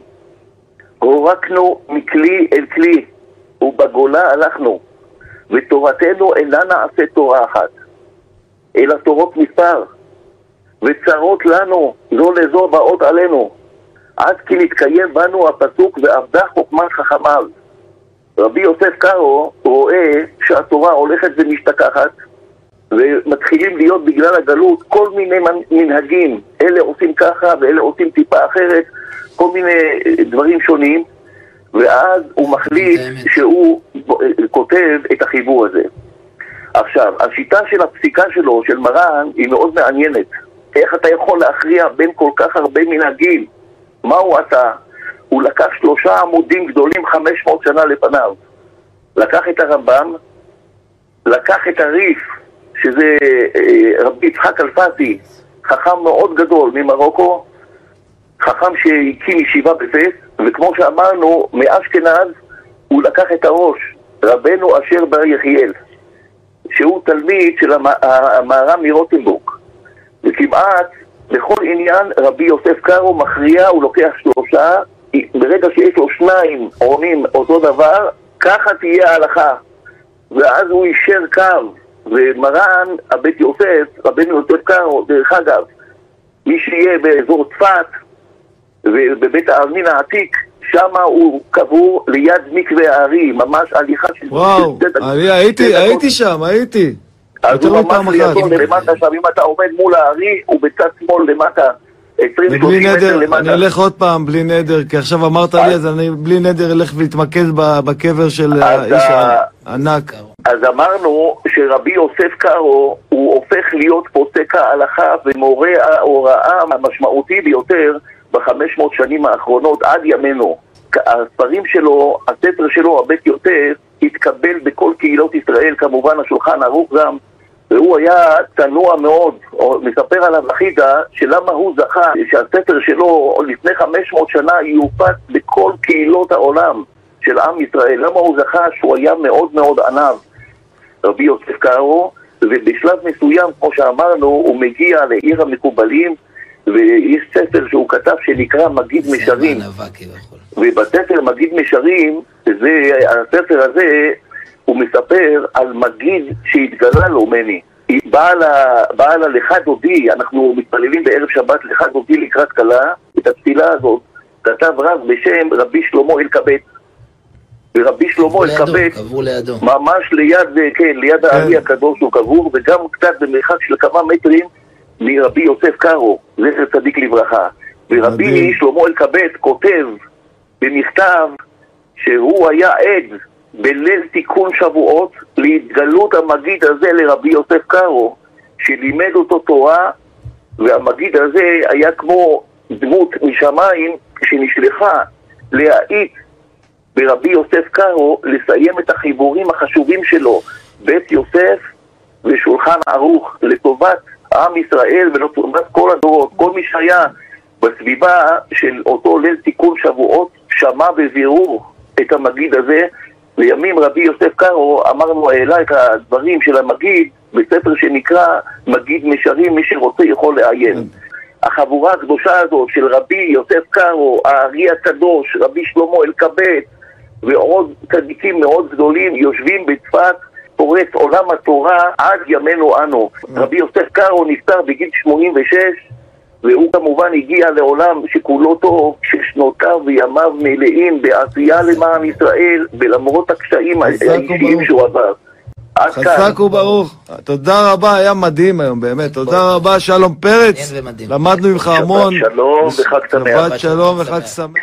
הורקנו מכלי אל כלי, ובגולה הלכנו, ותורתנו אינה נעשה תורה אחת, אלא תורות מספר, וצרות לנו זו לזו באות עלינו, עד כי נתקיים בנו הפסוק ועבדה חוכמת חכמיו. רבי יוסף קארו רואה שהתורה הולכת ומשתכחת, ומתחילים להיות בגלל הגלות כל מיני מנהגים, אלה עושים ככה ואלה עושים טיפה אחרת, כל מיני דברים שונים, ואז הוא מחליט שהוא כותב את החיבור הזה. עכשיו, השיטה של הפסיקה שלו, של מרן, היא מאוד מעניינת. איך אתה יכול להכריע בין כל כך הרבה מנהגים? מה הוא עשה? הוא לקח 3 עמודים גדולים 500 שנה לפניו. לקח את הרמב"ם, לקח את הריף, שזה רבי יצחק אלפסי, חכם מאוד גדול ממרוקו, חכם שהקים ישיבה בפס, וכמו שאמרנו, מאשכנז הוא לקח את הראש, רבנו אשר בר יחיאל, שהוא תלמיד של המהר"ם מרוטנבורג, וכמעט בכל עניין רבי יוסף קארו מכריע, הוא לוקח 3, ברגע שיש לו 2 עונים אותו דבר, ככה תהיה ההלכה, ואז הוא יישר קו. ומרן, הבית יוסף, רבנו יוסף קארו, דרך אגב, מי שיהיה באזור צפת ובבית העלמין העתיק, שם הוא קבור ליד מקווה הארי, ממש הליכה של... וואו, אני הייתי שם, הייתי. אז הוא ממש לידון למטה שם, אם אתה עומד מול הארי, הוא בצד שמאל למטה, 20-30 מטר למטה. אני אלך עוד פעם בלי נדר, כי עכשיו אמרת לי, אז אני בלי נדר אלך ולהתמקד בקבר של האיש הענק. אז אמרנו שרבי יוסף קארו הוא הופך להיות פוסק ההלכה ומורה ההוראה המשמעותי ביותר ב500 שנים האחרונות עד ימינו. הספרים שלו, הספר שלו, הבית יוסף, התקבל בכל קהילות ישראל, כמובן השולחן ערוך גם, והוא היה תנוע מאוד, מספר עליו אחידה, שלמה הוא זכה שהספר שלו לפני 500 שנה יופץ בכל קהילות העולם של עם ישראל. למה הוא זכה? שהוא היה מאוד מאוד ענב, רבי יוסף קארו, ובשלב מסוים, כמו שאמרנו, הוא מגיע לעיר המקובלים, ויש ספר שהוא כתב שנקרא מגיד משרים. ובספר מגיד משרים, הספר הזה, הוא מספר על מגיד שהתגלה לו מני. באה לה לך דודי, אנחנו מתפללים בערב שבת לך דודי לקראת קלה, את התפילה הזאת כתב רב בשם רבי שלמה אלקבץ. ורבי שלמה אלקבץ, ממש ליד, כן, ליד הארי הקדוש הוא קבור, וגם קצת במרחק של כמה מטרים מרבי יוסף קארו, זכר צדיק לברכה. ורבי שלמה אלקבץ כותב במכתב שהוא היה עד בליל תיקון שבועות להתגלות המגיד הזה לרבי יוסף קארו, שלימד אותו תורה, והמגיד הזה היה כמו דמות משמיים שנשלחה להעיט ברבי יוסף קארו לסיים את החיבורים החשובים שלו, בית יוסף ושולחן ערוך, לטובת עם ישראל ולטובת כל הדורות. כל מי שהיה בסביבה של אותו ליל תיקון שבועות שמע בבירור את המגיד הזה. לימים רבי יוסף קארו, אמרנו, העלה את הדברים של המגיד בספר שנקרא מגיד משרים, מי שרוצה יכול לעיין. החבורה הקדושה הזאת של רבי יוסף קארו, הארי הקדוש, רבי שלמה אלקבץ ועוד צדיקים מאוד גדולים יושבים בצפת, פורץ עולם התורה עד ימינו אנו. רבי יוסף קארו נפטר בגיל 86, והוא כמובן הגיע לעולם שכולו טוב, ששנותיו וימיו מלאים בעשייה למען ישראל, ולמרות הקשיים האישיים שהוא עבר. חזק וברוך. תודה רבה, היה מדהים היום, באמת. תודה רבה, שלום פרץ. למדנו ממך המון. שבת שלום וחג שמח. שבת שלום וחג שמח.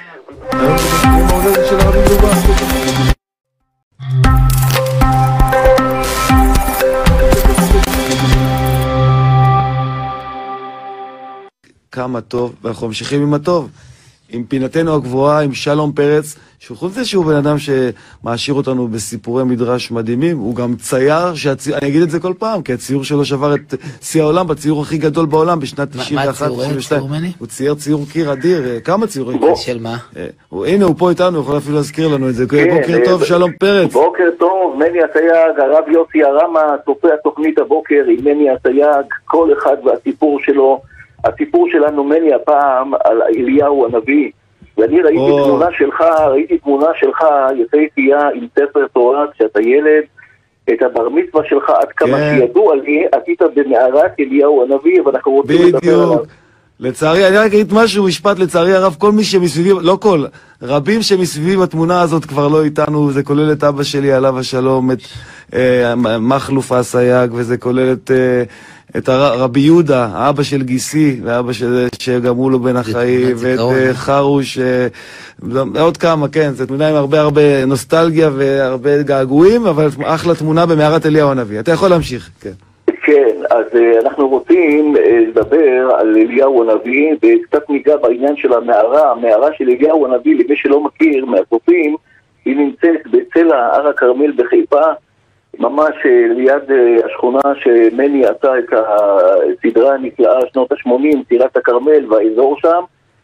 כמה טוב, ואנחנו ממשיכים עם הטוב, עם פינתנו הגבוהה, עם שלום פרץ, שחוץ זה שהוא בן אדם שמעשיר אותנו בסיפורי מדרש מדהימים, הוא גם צייר, אני אגיד את זה כל פעם, כי הציור שלו שבר את שיא העולם, בציור הכי גדול בעולם בשנת 91-92. הוא צייר ציור קיר אדיר, כמה ציורים? של מה? הנה, הוא פה איתנו, יכול אפילו להזכיר לנו את זה. בוקר טוב, שלום פרץ. בוקר טוב, מני הסייג, הרב יוסי הרמה, צופה התוכנית הבוקר, עם מני הסייג, כל אחד והסיפור שלו. הסיפור שלנו מני הפעם על אליהו הנביא, ואני ראיתי תמונה שלך יפהפייה עם ספר תורה כשאתה ילד, את הבר מצווה שלך עד כמה שידוע לי, עשית במערת אליהו הנביא, ואנחנו רוצים לדבר עליו. לצערי, אני רק אגיד משהו, משפט, לצערי הרב, כל מי שמסביבי, לא כל, רבים שמסביבי בתמונה הזאת כבר לא איתנו, זה כולל את אבא שלי עליו השלום, מחלוף הסייג, וזה כולל את רבי יהודה, האבא של גיסי, ואבא שגמרו לו בין החיים, ואת חרוש, עוד כמה, כן, זו תמונה עם הרבה נוסטלגיה והרבה געגועים, אבל אחלה תמונה במערת אליהו הנביא. אתה יכול להמשיך, כן. כן, אז אנחנו רוצים לדבר על אליהו הנביא, וקצת ניגע בעניין של המערה. המערה של אליהו הנביא, למי שלא מכיר מהצופים, היא נמצאת בצלע הר הכרמל בחיפה, ממש ליד השכונה שמני עשה את הסדרה הנפלאה שנות ה-80, טירת הכרמל והאזור שם,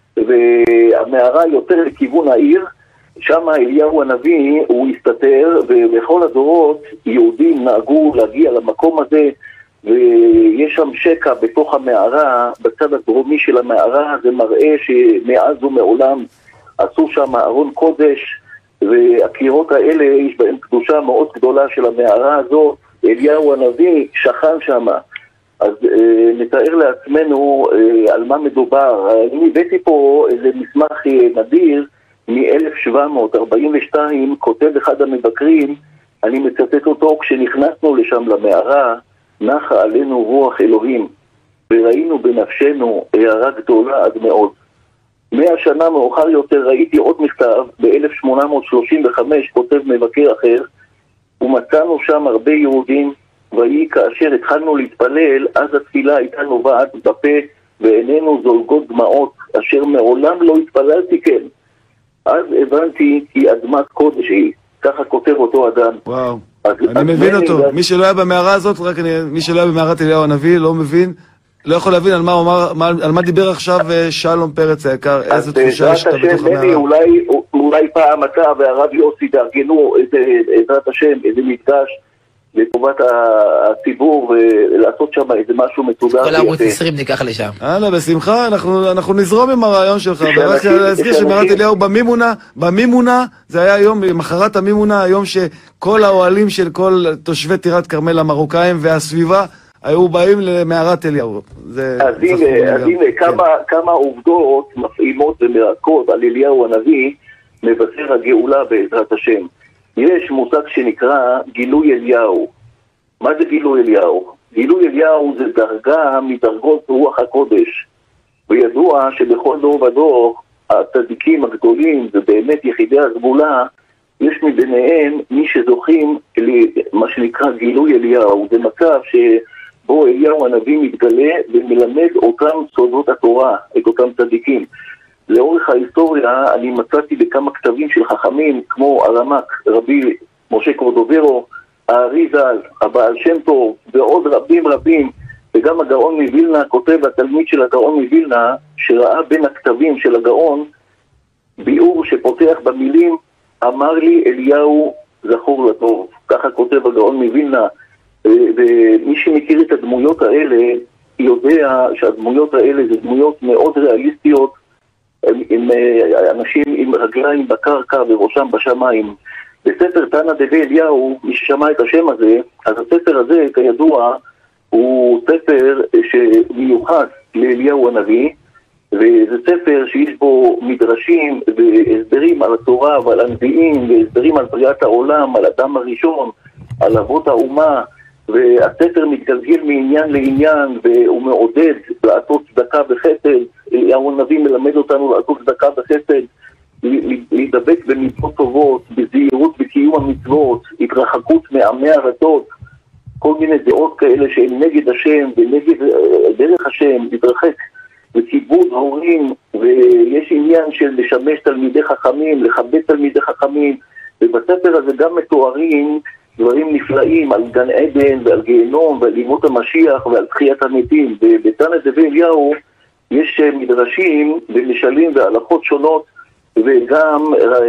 והמערה יותר לכיוון העיר. שם אליהו הנביא הוא הסתתר, ובכל הדורות יהודים נהגו להגיע למקום הזה, ויש שם שקע בתוך המערה, בצד הדרומי של המערה. זה מראה שמאז ומעולם עשו שם ארון קודש, והקירות האלה יש בהם קדושה מאוד גדולה של המערה הזאת. אליהו הנביא שכן שם. אז נתאר לעצמנו על מה מדובר. אני הבאתי פה איזה מסמך נדיר מ-1742, כותב אחד המבקרים, אני מצטט אותו: כשנכנסנו לשם למערה, נחה עלינו רוח אלוהים, וראינו בנפשנו הערה גדולה עד מאוד. 100 שנה מאוחר יותר ראיתי עוד מכתב, ב-1835 כותב מבקר אחר, ומצאנו שם הרבה יהודים, ויהי כאשר התחלנו להתפלל, אז התפילה הייתה נובעת בפה, ועינינו זולגות דמעות, אשר מעולם לא התפללתי כן. אז הבנתי כי אדמת קודש היא. ככה כותב אותו אדם. וואו, אני מבין אותו. מי שלא היה במערה הזאת, מי שלא היה במערת אליהו הנביא, לא מבין, לא יכול להבין על מה דיבר עכשיו שלום פרץ היקר, איזו תחושה שאתה בתוך המערה. אולי פעם אתה והרב יוסי דארגנו בעזרת השם איזה מפגש לטובת הציבור, ולעשות שם איזה משהו מסודר. כל ערוץ 20 ניקח לשם. בשמחה, אנחנו נזרום עם הרעיון שלך. ורק להזכיר שמערת אליהו במימונה, זה היה היום, מחרת המימונה, היום שכל האוהלים של כל תושבי טירת כרמל המרוקאים והסביבה היו באים למערת אליהו. אז הנה, כמה עובדות מפעימות ומרקות על אליהו הנביא מבשר הגאולה בעזרת השם. יש מושג שנקרא גילוי אליהו. מה זה גילוי אליהו? גילוי אליהו זה דרגה מדרגות רוח הקודש. וידוע שבכל דור ודור הצדיקים הגדולים ובאמת יחידי הסגולה, יש מביניהם מי שזוכים למה שנקרא גילוי אליהו. זה מצב שבו אליהו הנביא מתגלה ומלמד אותם סודות התורה, את אותם צדיקים. לאורך ההיסטוריה אני מצאתי בכמה כתבים של חכמים כמו הרמ"ק, רבי משה קורדוברו, האריזל, הבעל שם טוב ועוד רבים, וגם הגאון מווילנה כותב, התלמיד של הגאון מווילנה, שראה בין הכתבים של הגאון ביאור שפותח במילים אמר לי אליהו זכור לטוב. ככה כותב הגאון מווילנה, ומי שמכיר את הדמויות האלה יודע שהדמויות האלה זה דמויות מאוד ריאליסטיות, עם אנשים עם רגליים בקרקע וראשם בשמיים. בספר תנא דבי אליהו, מי ששמע את השם הזה, אז הספר הזה כידוע הוא ספר שמיוחד לאליהו הנביא, וזה ספר שיש בו מדרשים והסברים על התורה ועל הנביאים, והסברים על בריאת העולם, על אדם הראשון, על אבות האומה, והספר מתגלגל מעניין לעניין, והוא מעודד לעשות צדקה וחסד. אליהו הנביא מלמד אותנו לעשות צדקה וחסד, להידבק במצוות טובות, בזהירות בקיום המצוות, התרחקות מעמי ארצות, כל מיני דעות כאלה שהן נגד השם ונגד דרך השם, להתרחק וכיבוד הורים, ויש עניין של לשמש תלמידי חכמים, לכבד תלמידי חכמים, ובספר הזה גם מתוארים דברים נפלאים על גן עדן ועל גיהנום ועל ימות המשיח ועל תחיית המתים. ובתנא דבי אליהו יש מדרשים ומשלים והלכות שונות, וגם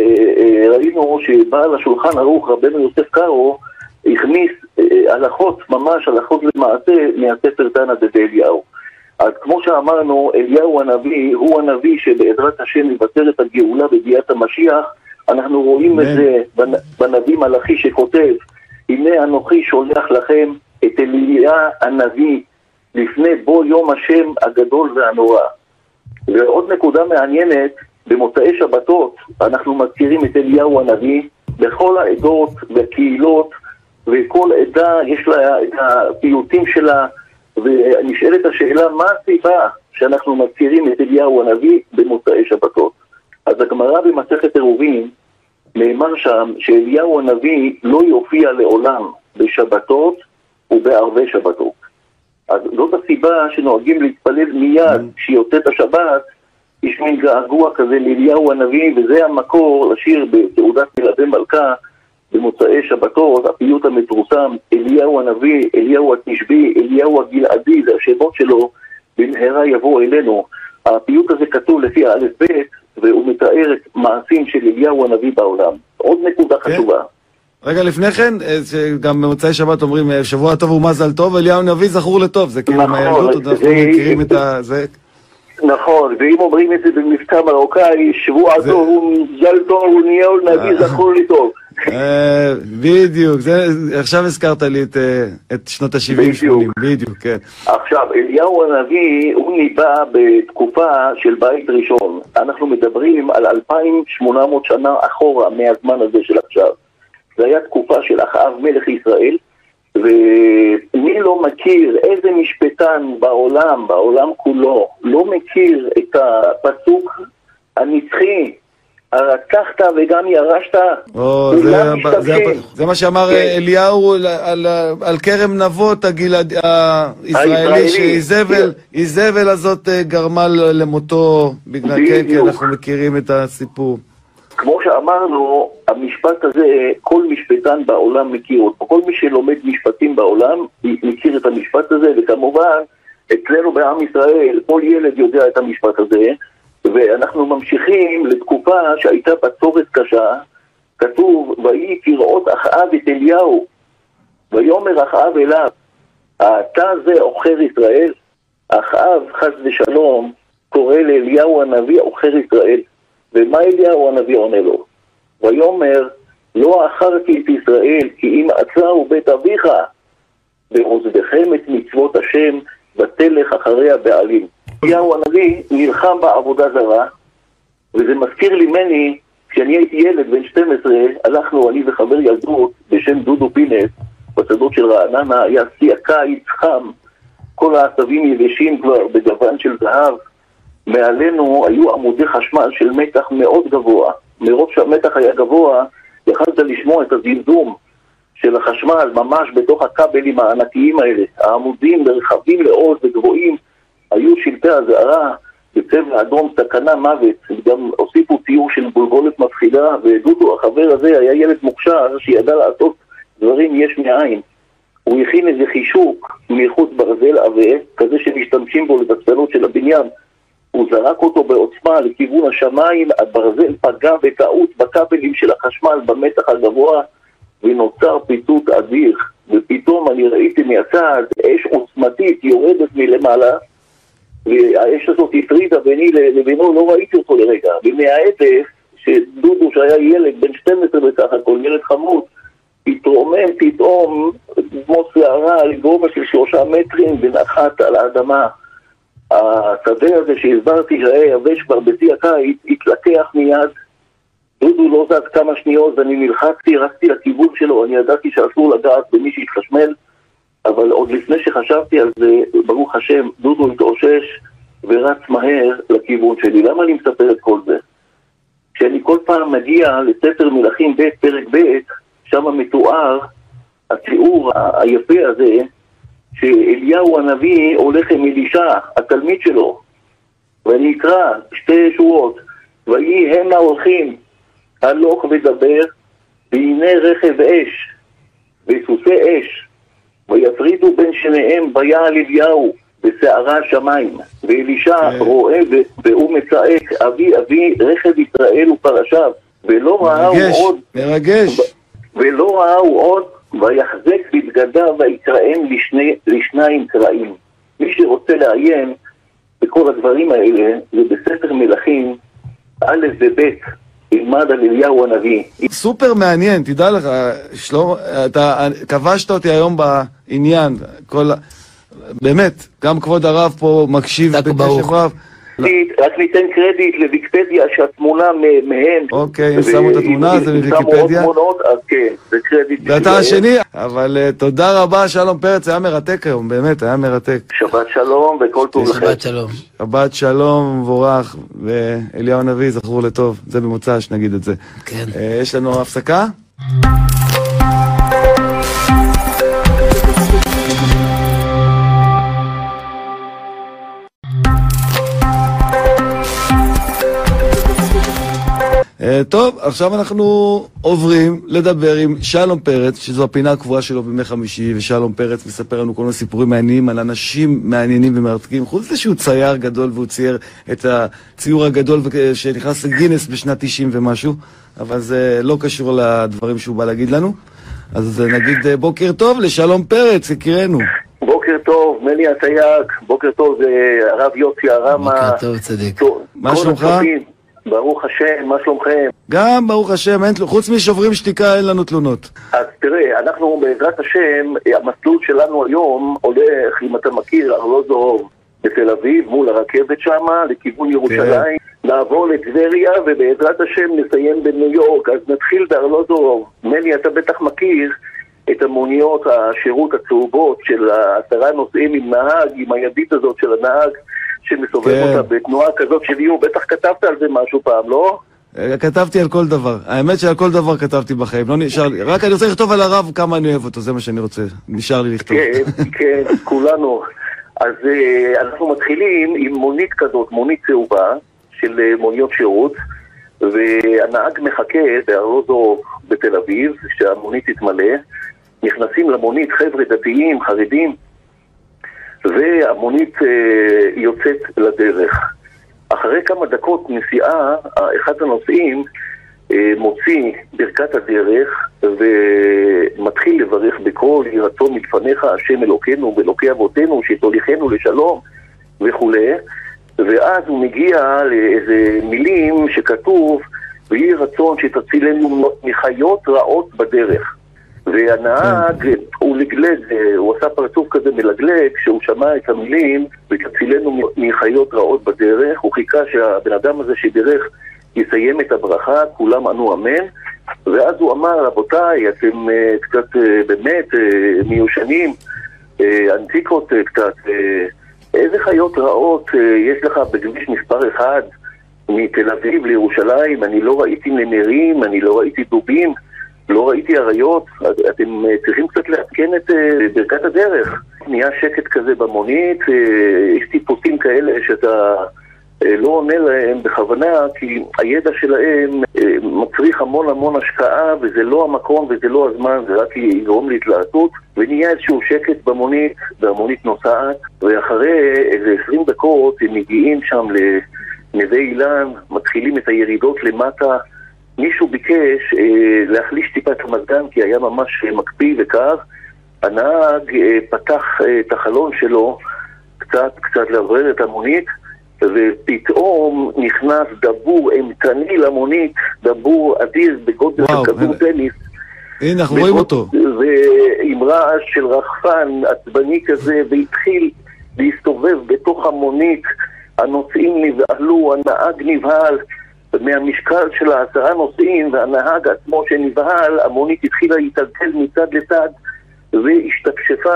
ראינו שבעל השולחן ערוך רבנו יוסף קארו הכניס הלכות, ממש הלכות למעשה מהספר תנא דבי אליהו. אז כמו שאמרנו, אליהו הנביא הוא הנביא שבעזרת השם יבשר את הגאולה בביאת המשיח. אנחנו רואים את זה בנביא מלאכי שכותב הנה אנוכי שולח לכם את אליה הנביא לפני בוא יום השם הגדול והנורא. ועוד נקודה מעניינת, במוצאי שבתות אנחנו מזכירים את אליהו הנביא בכל העדות והקהילות, וכל עדה יש לה את הפיוטים שלה, ונשאלת השאלה מה הסיבה שאנחנו מזכירים את אליהו הנביא במוצאי שבתות. אז הגמרא במסכת עירובין נאמר שם שאליהו הנביא לא יופיע לעולם בשבתות ובערבי שבתות. אז זאת הסיבה שנוהגים להתפלל מיד כשיוצאת השבת, יש מין געגוע כזה לאליהו הנביא, וזה המקור לשיר בתעודת ילדי מלכה במוצאי שבתות, הפיוט המתרוסם, אליהו הנביא, אליהו התשבי, אליהו הגלעדי, זה השמות שלו, במהרה יבוא אלינו. הפיוט הזה כתוב לפי האלף בית, והוא מתאר את מעשים של אליהו הנביא בעולם. עוד נקודה חשובה. רגע, לפני כן, גם במוצאי שבת אומרים שבוע טוב ומזל טוב, אליהו הנביא זכור לטוב, זה כאילו מהילדות, אנחנו מכירים את זה. נכון, ואם אומרים את זה במבטא מרוקאי, שבוע טוב ומזל טוב אליהו הנביא זכור לי טוב. בדיוק, עכשיו הזכרת לי את שנות ה-70-80, בדיוק, כן. עכשיו, אליהו הנביא הוא ניבא בתקופה של בית ראשון. אנחנו מדברים על 2800 שנה אחורה מהזמן הזה של עכשיו. זה היה תקופה של אחאב מלך ישראל, ומי לא מכיר, איזה משפטן בעולם כולו, לא מכיר את הפסוק הנצחי, הרצחת וגם ירשת. זה מה שאמר אליהו על כרם נבות הישראלי, שאיזבל הזאת גרמה למותו בגלל כן, כי אנחנו מכירים את הסיפור. כמו שאמרנו, המשפט הזה, כל משפטן בעולם מכיר אותו. כל מי שלומד משפטים בעולם מכיר את המשפט הזה, וכמובן, אצלנו בעם ישראל, כל ילד יודע את המשפט הזה, ואנחנו ממשיכים לתקופה שהייתה בצורת קשה. כתוב, ויהי כראות אחאב את אליהו, ויאמר אחאב אליו, אתה זה עוכר ישראל? אחאב חס ושלום קורא לאליהו הנביא עוכר ישראל. ומה אליהו הנביא עונה לו? ויאמר, לא אחרתי את ישראל, כי אם עצרו בית אביך, ועוזבכם את מצוות השם, ותלך אחרי הבעלים. אליהו הנביא נלחם בעבודה זרה, וזה מזכיר לי מני, כשאני הייתי ילד בן 12, הלכנו אני וחבר ילדות בשם דודו פינס, בשדות של רעננה, היה שיא הקיץ חם, כל העשבים יבשים כבר בגוון של זהב, מעלינו היו עמודי חשמל של מתח מאוד גבוה. מרוב שהמתח היה גבוה, יכלת לשמוע את הזמזום של החשמל ממש בתוך הכבלים הענקיים האלה. העמודים רחבים מאוד וגבוהים, היו שלטי הזהרה בצבע אדום סכנה מוות. גם הוסיפו ציור של גולגולת מפחידה, ודודו החבר הזה היה ילד מוכשר שידע לעשות דברים יש מאין. הוא הכין איזה חישוק מאיכות ברזל עבה, כזה שמשתמשים בו לתצפלות של הבניין. הוא זרק אותו בעוצמה לכיוון השמיים, הברזל פגע בטעות בכבלים של החשמל במתח הגבוה, ונוצר פיצוץ אדיר. ופתאום אני ראיתי מהצד אש עוצמתית יורדת מלמעלה, והאש הזאת הפרידה ביני לבינו, לא ראיתי אותו לרגע. ומהעדף, שדודו שהיה ילד בן 12 בסך הכל, ילד חמוד, התרומם פתאום כמו שערה לגובה של 3 מטרים ונחת על האדמה. השדה הזה שהסברתי שהיה יבש כבר בשיא הקיץ, התלקח מיד. דודו לא זז כמה שניות ואני נלחצתי, רצתי לכיוון שלו, אני ידעתי שאסור לגעת במי שהתחשמל, אבל עוד לפני שחשבתי על זה, ברוך השם, דודו התאושש ורץ מהר לכיוון שלי. למה אני מספר את כל זה? כשאני כל פעם מגיע לספר מלכים ב' פרק ב', שם מתואר התיאור היפה הזה, שאליהו הנביא הולך עם אלישע, התלמיד שלו, ואני אקרא 2 שורות. ויהי המה הולכים, הלוך ודבר, והנה רכב אש, וסוסי אש, ויפרידו בין שניהם ביעל אליהו, בסערה השמיים. ואלישע רואה והוא מצעק, אבי אבי רכב ישראל ופרשיו, ולא ראהו עוד, ולא ראהו עוד, ויחזק בבגדיו ויקראם לשניים קראים. מי שרוצה לעיין בכל הדברים האלה, זה בספר מלכים א' וב', ילמד על אליהו הנביא. סופר מעניין, תדע לך, שלמה, אתה כבשת אותי היום בעניין, באמת, גם כבוד הרב פה מקשיב בקשב רב. רק ניתן קרדיט לוויקיפדיה שהתמונה מהם. אוקיי, הם שמו את התמונה, זה מוויקיפדיה. שמו עוד תמונות, אז כן, זה קרדיט. זה אתה השני, אבל תודה רבה, שלום פרץ, היה מרתק היום, באמת, היה מרתק. שבת שלום וכל טוב לכם. שבת שלום. שבת שלום, מבורך, ואליהו הנביא זכור לטוב, זה במוצ"ש, נגיד את זה. כן. יש לנו הפסקה? טוב, עכשיו אנחנו עוברים לדבר עם שלום פרץ, שזו הפינה הקבועה שלו בימי חמישי, ושלום פרץ מספר לנו כל מיני סיפורים מעניינים על אנשים מעניינים ומרתקים, חוץ לזה שהוא צייר גדול והוא צייר את הציור הגדול שנכנס לגינס בשנת 90 ומשהו, אבל זה לא קשור לדברים שהוא בא להגיד לנו. אז נגיד בוקר טוב לשלום פרץ, יקירנו. בוקר טוב, מני התייג, בוקר טוב, זה הרב יוסי הרמה. בוקר טוב, צדיק. מה שלומך? ברוך השם, מה שלומכם? גם ברוך השם, חוץ משוברים שתיקה אין לנו תלונות. אז תראה, אנחנו בעזרת השם, המסלול שלנו היום הולך, אם אתה מכיר, ארלוזורוב בתל אביב, מול הרכבת שם, לכיוון ירושלים, נעבור לטבריה ובעזרת השם נסיים בניו יורק, אז נתחיל בארלוזורוב. מני, אתה בטח מכיר את המוניות השירות הצהובות של 10 נוסעים עם נהג, עם הידית הזאת של הנהג, שמסובב אותה בתנועה כזאת של איום. בטח כתבת על זה משהו פעם, לא? כתבתי על כל דבר. האמת שעל כל דבר כתבתי בחיים. לא נשאר לי. רק אני רוצה לכתוב על הרב כמה אני אוהב אותו, זה מה שאני רוצה. נשאר לי לכתוב. כן, כן, כולנו. אז אנחנו מתחילים עם מונית כזאת, מונית צהובה של מוניות שירות, והנהג מחכה בארלוזורוב בתל אביב, שהמונית תתמלא. נכנסים למונית חבר'ה דתיים, חרדים, והמונית יוצאת לדרך. אחרי כמה דקות נסיעה, אחד הנוסעים מוציא ברכת הדרך ומתחיל לברך בקול, יהי רצון מלפניך השם אלוקינו ואלוקי אבותינו שתוליכנו לשלום וכו'. ואז הוא מגיע לאיזה מילים שכתוב ויהי רצון שתצילנו מחיות רעות בדרך. והנהג, הוא לגלג, הוא עשה פרצוף כזה מלגלג, כשהוא שמע את המילים, ותצילנו מחיות רעות בדרך, הוא חיכה שהבן אדם הזה שדרך יסיים את הברכה, כולם ענו אמן, ואז הוא אמר, רבותיי, אתם קצת באמת מיושנים, אנטיקות קצת, איזה חיות רעות יש לך בכביש מספר 1 מתל אביב לירושלים? אני לא ראיתי נמרים, אני לא ראיתי דובים, לא ראיתי עריות, אתם צריכים קצת לעדכן את ברכת הדרך. נהיה שקט כזה במונית, יש טיפוסים כאלה שאתה לא עונה להם בכוונה, כי הידע שלהם מצריך המון המון השקעה, וזה לא המקום וזה לא הזמן, זה רק יגרום להתלהטות, ונהיה איזשהו שקט במונית, והמונית נוסעת, ואחרי איזה 20 דקות הם מגיעים שם לנווה אילן, מתחילים את הירידות למטה, מישהו ביקש להחליש טיפה את המזגן כי היה ממש מקפיא וקר. הנהג פתח את החלון שלו קצת לעורר את המונית, ופתאום נכנס דבור אימתני למונית, דבור אדיר בגודל של כדור טניס. הנה, אנחנו רואים אותו. ועם רעש של רחפן עצבני כזה, והתחיל להסתובב בתוך המונית. הנוסעים נבהלו, הנהג נבהל מהמשקל של 10 נוסעים, והנהג עצמו שנבהל, המונית התחילה להתעגל מצד לצד והשתקשפה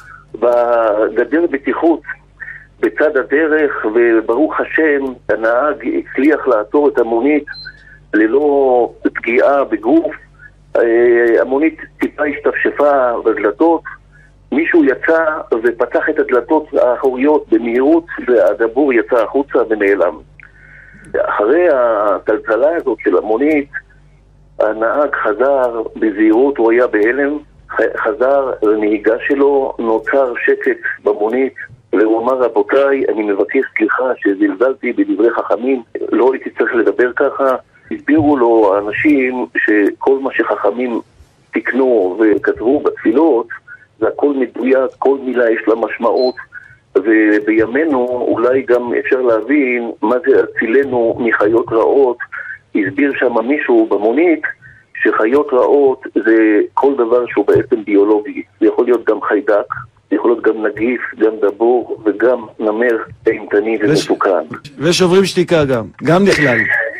בגדר בטיחות בצד הדרך, וברוך השם הנהג הצליח לעצור את המונית ללא פגיעה בגוף. המונית טיפה השתפשפה בדלתות, מישהו יצא ופתח את הדלתות האחוריות במהירות, והדבור יצא החוצה ונעלם. אחרי הטלטלה הזאת של המונית, הנהג חזר בזהירות, הוא היה בהלם, חזר לנהיגה שלו, נוצר שקט במונית, והוא אמר, רבותיי, אני מבקש סליחה שזלזלתי בדברי חכמים, לא הייתי צריך לדבר ככה. הסבירו לו האנשים שכל מה שחכמים תקנו וכתבו בתפילות, זה הכל מדויק, כל מילה יש לה משמעות, ובימינו אולי גם אפשר להבין מה זה הצילנו מחיות רעות. הסביר שם מישהו במונית שחיות רעות זה כל דבר שהוא בעצם ביולוגי, זה יכול להיות גם חיידק, יכול להיות גם נגיף, גם דבור וגם נמר אימתני ומסוכן. ושוברים שתיקה גם נכלל.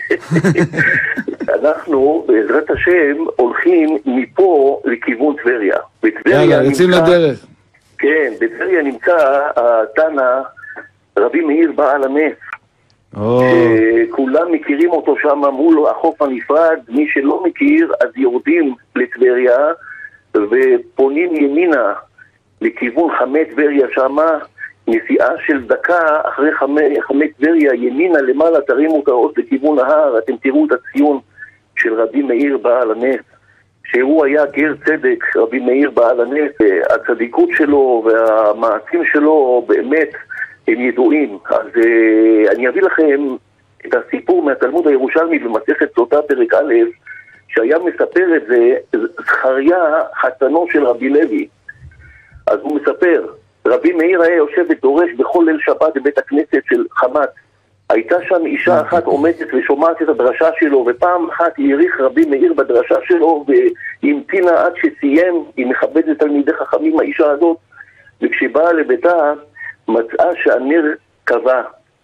אנחנו בעזרת השם הולכים מפה לכיוון טבריה. יאללה, יוצאים לדרך. כן, בטבריה נמצא התנא רבי מאיר בעל הנס. כולם מכירים אותו שם מול החוף הנפרד. מי שלא מכיר אז יורדים לטבריה ופונים ימינה לכיוון חמי טבריה שמה, נסיעה של דקה אחרי חמי טבריה ימינה למעלה תרימו את הראש לכיוון ההר, אתם תראו את הציון של רבי מאיר בעל הנס, שהוא היה גר צדק. רבי מאיר בעל הנס, הצדיקות שלו והמעשים שלו באמת הם ידועים. אז אני אביא לכם את הסיפור מהתלמוד הירושלמי במסכת סוטה פרק א', שהיה מספר את זה זכריה חתנו של רבי לוי. אז הוא מספר, רבי מאיר היה יושב ודורש בכל ליל שבת בבית הכנסת של חמת. הייתה שם אישה אחת עומדת ושומעת את הדרשה שלו, ופעם אחת העריך רבי מאיר בדרשה שלו והמתינה עד שסיים. היא מכבדת תלמידי חכמים האישה הזאת, וכשבאה לביתה מצאה שהנר קבע.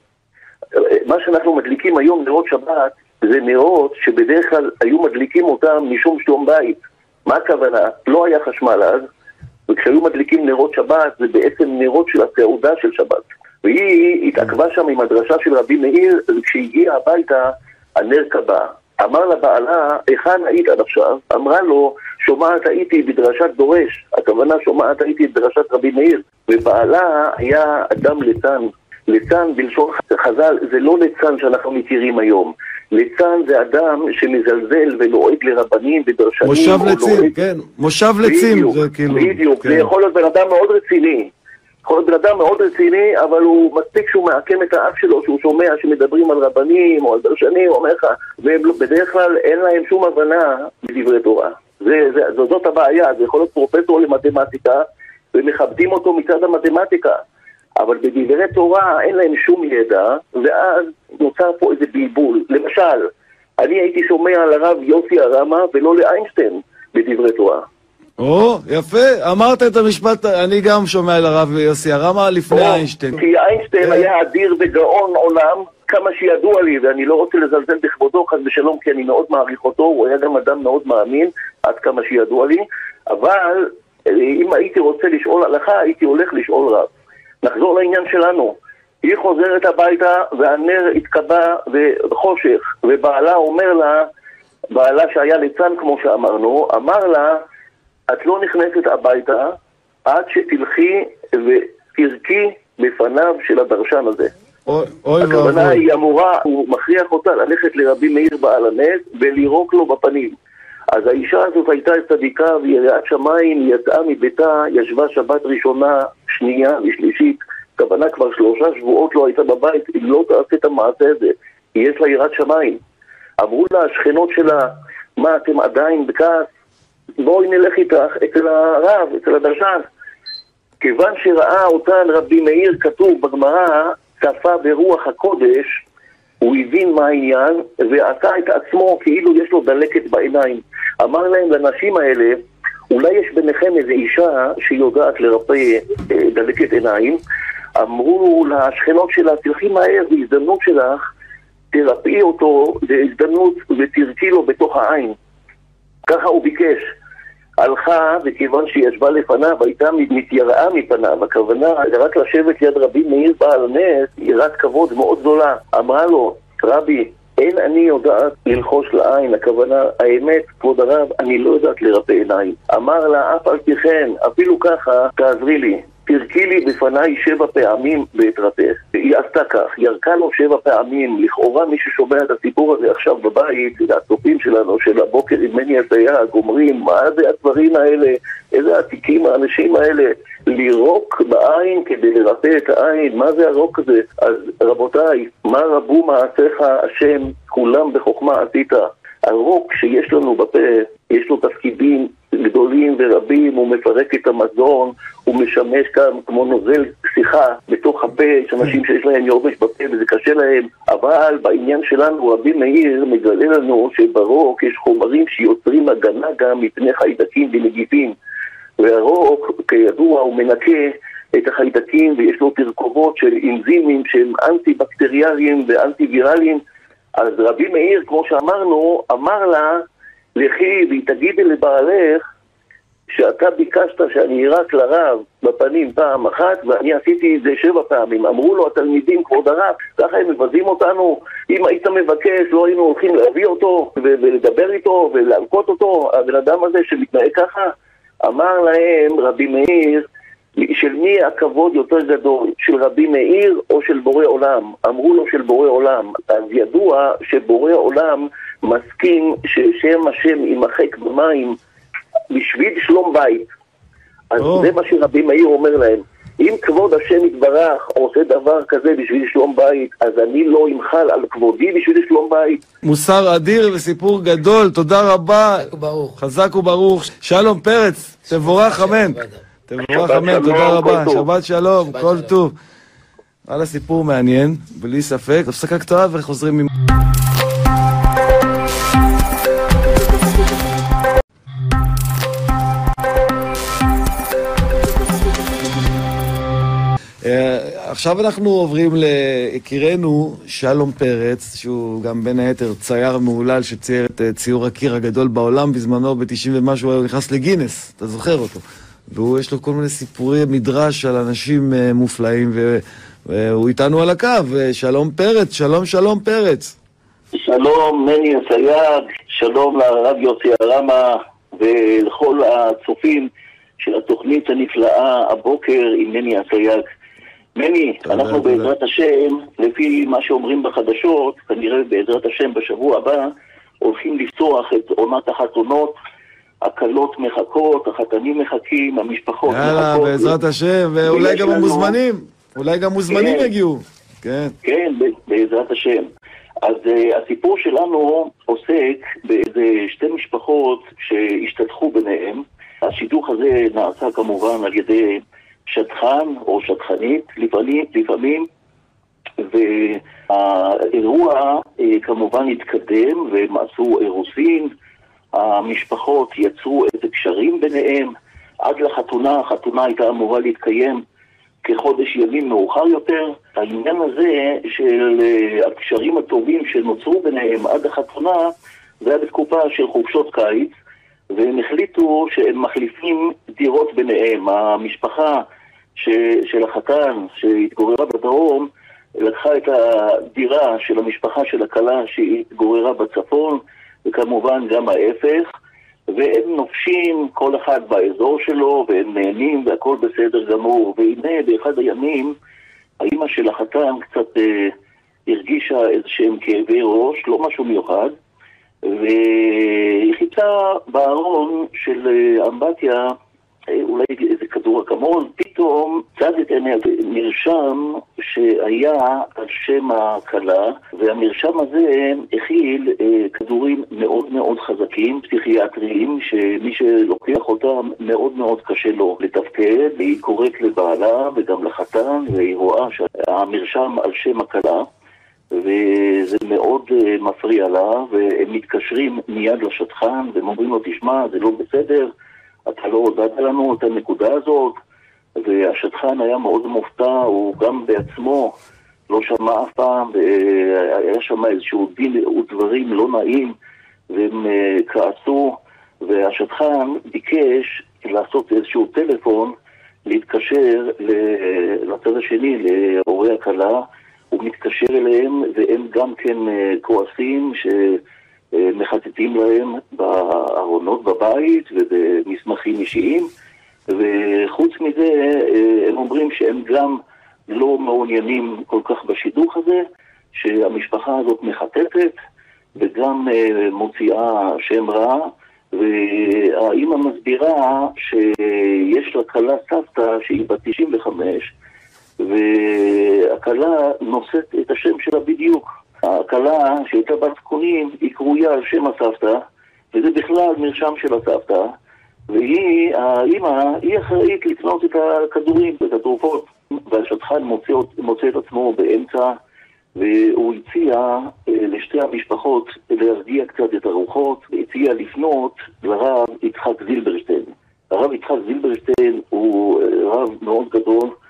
מה שאנחנו מדליקים היום נרות שבת זה נרות שבדרך כלל היו מדליקים אותם משום שלום בית. מה הכוונה? לא היה חשמל אז, וכשהיו מדליקים נרות שבת זה בעצם נרות של הסעודה של שבת. והיא התעכבה שם עם הדרשה של רבי מאיר, וכשהגיעה הביתה הנר קבע. אמר לה בעלה, היכן היית עד עכשיו? אמרה לו, שומעת הייתי בדרשת דורש. הכוונה שומעת הייתי בדרשת רבי מאיר. ובעלה היה אדם ליצן. ליצן בלשון חז"ל זה לא ליצן שאנחנו מכירים היום. ליצן זה אדם שמזלזל ולועג לרבנים ודרשנים. מושב לצים, כן. מושב לצים. בדיוק. זה יכול להיות בן אדם מאוד רציני. יכול להיות בן אדם מאוד רציני, אבל הוא מספיק שהוא מעקם את האף שלו, שהוא שומע שמדברים על רבנים או על דרשנים, אומר לך, ובדרך כלל אין להם שום הבנה בדברי תורה. זאת הבעיה. זה יכול להיות פרופסור למתמטיקה, ומכבדים אותו מצד המתמטיקה. אבל בדברי תורה אין להם שום ידע, ואז נוצר פה איזה בלבול. למשל, אני הייתי שומע על הרב יוסי הרמה ולא לאיינשטיין בדברי תורה. יפה, אמרת את המשפט, אני גם שומע על הרב יוסי הרמה לפני איינשטיין. כי איינשטיין היה אדיר וגאון עולם, כמה שידוע לי, ואני לא רוצה לזלזל בכבודו חס ושלום, כי אני מאוד מעריך אותו, הוא היה גם אדם מאוד מאמין, עד כמה שידוע לי, אבל אם הייתי רוצה לשאול הלכה, הייתי הולך לשאול רב. נחזור לעניין שלנו. היא חוזרת הביתה והנר התקבע בחושך, ובעלה אומר לה, בעלה שהיה ליצן כמו שאמרנו, אמר לה, את לא נכנסת הביתה עד שתלכי ותרקי בפניו של הדרשן הזה. הכוונה היא אמורה, הוא מכריח אותה ללכת לרבי מאיר בעל הנס ולירוק לו בפנים. אז האישה הזאת הייתה צדיקה ויראת שמיים, היא יצאה מביתה, ישבה שבת ראשונה, שנייה ושלישית, כוונה כבר 3 שבועות לא הייתה בבית, היא לא תעשה את המעשה הזה, יש לה יראת שמיים. אמרו לה השכנות שלה, מה אתם עדיין בכעס? בואי נלך איתך אצל הרב, אצל הדרשן. כיוון שראה אותן רבי מאיר כתוב בגמרא, צפה ברוח הקודש, הוא הבין מה העניין ועשה את עצמו כאילו יש לו דלקת בעיניים. אמר להם לנשים האלה, אולי יש ביניכם איזו אישה שיודעת לרפא דלקת עיניים. אמרו לשכנות שלה, תלכי מהר, בהזדמנות שלך, תרפאי אותו, בהזדמנות ותרקי לו בתוך העין. ככה הוא ביקש. הלכה, וכיוון שהיא ישבה לפניו, הייתה מתייראה מפניו. הכוונה, רק לשבת יד רבי מאיר בעל הנס, יראת כבוד מאוד גדולה. אמרה לו, רבי, אין אני יודעת ללחוש לעין. הכוונה, האמת, כבוד הרב, אני לא יודעת לרפא עיניים. אמר לה, אף על פי כן, אפילו ככה, תעזרי לי. תרקי לי בפניי 7 פעמים ואתרפא. היא עשתה כך, ירקה לו 7 פעמים. לכאורה מי ששומע את הסיפור הזה עכשיו בבית, הצופים שלנו של הבוקר עם מני הסייג, אומרים, מה זה הדברים האלה, איזה עתיקים האנשים האלה, לירוק בעין כדי לרפא את העין, מה זה הרוק הזה? אז רבותיי, מה רבו מעשיך השם, כולם בחוכמה עשית. הרוק שיש לנו בפה, יש לו תפקידים גדולים ורבים, הוא מפרק את המזון, הוא משמש כאן כמו נוזל שיחה בתוך הפה, יש אנשים שיש להם יורש בפה וזה קשה להם, אבל בעניין שלנו רבי מאיר מגלה לנו שברוק יש חומרים שיוצרים הגנה גם מפני חיידקים ונגיפים, והרוק כידוע הוא מנקה את החיידקים, ויש לו תרכובות של אנזימים שהם אנטי-בקטריאליים ואנטי-וירליים. אז רבי מאיר, כמו שאמרנו, אמר לה, לכי והיא תגידי לבעלך שאתה ביקשת שאני אירק לרב בפנים פעם אחת, ואני עשיתי את זה 7 פעמים. אמרו לו התלמידים, כבוד הרב, ככה הם מבזים אותנו, אם היית מבקש לא היינו הולכים להביא אותו ולדבר איתו ולהלקות אותו, הבן אדם הזה שמתנהג ככה. אמר להם רבי מאיר, של מי הכבוד יותר גדול, של רבי מאיר או של בורא עולם? אמרו לו של בורא עולם. אז ידוע שבורא עולם מסכים ששם השם יימחק במים בשביל שלום בית. אז זה מה שרבי מאיר אומר להם, אם כבוד השם יתברך עושה דבר כזה בשביל שלום בית, אז אני לא אמחל על כבודי בשביל שלום בית. מוסר אדיר וסיפור גדול, תודה רבה. חזק וברוך. שלום פרץ, תבורך אמן. תבורך אמן, תודה רבה. שבת שלום, כל טוב. על הסיפור מעניין, בלי ספק. הפסקה קצרה וחוזרים. עכשיו אנחנו עוברים ליקירנו שלום פרץ, שהוא גם בין היתר צייר מהולל שצייר את ציור הקיר הגדול בעולם בזמנו ב-90 ומשהו, הוא נכנס לגינס, אתה זוכר אותו. והוא יש לו כל מיני סיפורי מדרש על אנשים מופלאים, והוא איתנו על הקו. שלום פרץ, שלום פרץ. שלום מני הסייג, שלום לרב יוסי הרמה ולכל הצופים של התוכנית הנפלאה הבוקר עם מני הסייג. מני, אנחנו בעזרת השם, לפי מה שאומרים בחדשות, כנראה בעזרת השם בשבוע הבא, הולכים לפתוח את עונת החתונות, הקלות מחכות, החתנים מחכים, המשפחות מחכות. יאללה, בעזרת השם, ואולי גם המוזמנים, אולי גם מוזמנים יגיעו. כן, בעזרת השם. אז הסיפור שלנו עוסק באיזה 2 משפחות שהשתתחו ביניהם. השידוך הזה נעשה כמובן על ידי שטחן או שטחנית לפעמים, והאירוע כמובן התקדם והם עשו אירוסין, המשפחות יצרו איזה קשרים ביניהם עד לחתונה. החתונה הייתה אמורה להתקיים כחודש ימים מאוחר יותר. העניין הזה של הקשרים הטובים שנוצרו ביניהם עד החתונה זה היה בתקופה של חופשות קיץ, והם החליטו שהם מחליפים דירות ביניהם. המשפחה של החתן שהתגוררה בדרום לקחה את הדירה של המשפחה של הכלה שהתגוררה בצפון, וכמובן גם ההפך, והם נופשים כל אחד באזור שלו והם נהנים והכל בסדר גמור. והנה באחד הימים האמא של החתן קצת הרגישה איזשהם כאבי ראש, לא משהו מיוחד, והיא חיפשה בארון של אמבטיה אולי איזה כדור אקמול, פתאום צד את עיניה מרשם שהיה על שם הכלה, והמרשם הזה הכיל כדורים מאוד מאוד חזקים, פסיכיאטריים, שמי שלוקח אותם מאוד מאוד קשה לו לתפקד. היא קוראת לבעלה וגם לחתן, והיא רואה שהמרשם על שם הכלה, וזה מאוד מפריע לה, והם מתקשרים מיד לשטחן והם אומרים לו, תשמע, זה לא בסדר, אתה לא הודעת לנו את הנקודה הזאת. והשטחן היה מאוד מופתע, הוא גם בעצמו לא שמע אף פעם, והיה שם איזשהו דין ודברים לא נעים, והם כעסו, והשטחן ביקש לעשות איזשהו טלפון, להתקשר לצד השני, להורי הכלה. הוא מתקשר אליהם והם גם כן כועסים שמחטטים להם בארונות בבית ובמסמכים אישיים, וחוץ מזה הם אומרים שהם גם לא מעוניינים כל כך בשידוך הזה, שהמשפחה הזאת מחטטת וגם מוציאה שם רע. והאמא מסבירה שיש לה כלה סבתא שהיא בת 95, והכלה נושאת את השם שלה בדיוק. הכלה שהייתה בת זקונים היא קרויה על שם הסבתא, וזה בכלל מרשם של הסבתא, והיא, האמא, היא אחראית לקנות את הכדורים ואת התרופות. והשטחן מוצא את עצמו באמצע, והוא הציע לשתי המשפחות להרגיע קצת את הרוחות, והציע לפנות לרב יצחק זילברשטיין. הרב יצחק זילברשטיין הוא רב מאוד גדול,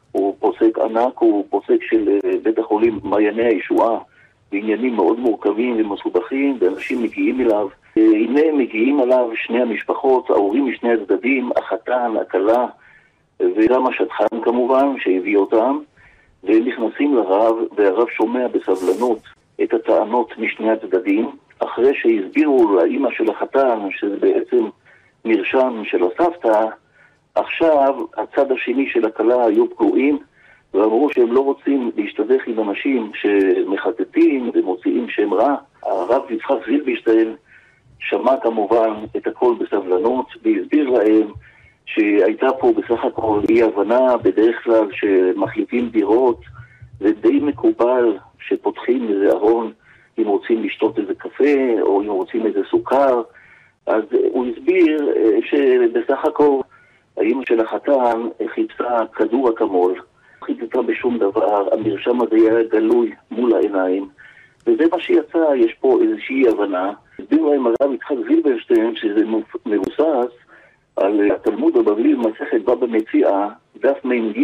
פוסק ענק, הוא פוסק של בית החולים מעייני הישועה, בעניינים מאוד מורכבים ומסובכים, ואנשים מגיעים אליו. הנה מגיעים עליו שני המשפחות, ההורים משני הצדדים, החתן, הכלה, וגם השטחן כמובן, שהביא אותם, והם נכנסים לרב, והרב שומע בסבלנות את הטענות משני הצדדים, אחרי שהסבירו לאמא של החתן, שזה בעצם מרשם של הסבתא, עכשיו הצד השני של הכלה היו פגועים, ואמרו שהם לא רוצים להשתדך עם אנשים שמחטטים ומוציאים שם רע. הרב יצחק זילברשטיין שמע כמובן את הכל בסבלנות, והסביר להם שהייתה פה בסך הכל אי הבנה, בדרך כלל שמחליפים דירות, ודי מקובל שפותחים איזה ארון אם רוצים לשתות איזה קפה או אם רוצים איזה סוכר. אז הוא הסביר שבסך הכל האמא של החתן חיפשה כדור אקמול, חיפשה בשום דבר, המרשם הזה היה גלוי מול העיניים, וזה מה שיצא. יש פה איזושהי הבנה. הסביר להם הרב יצחק זילברשטיין שזה מבוסס על התלמוד הבבלי במסכת בבא מציעא, דף מ"ג,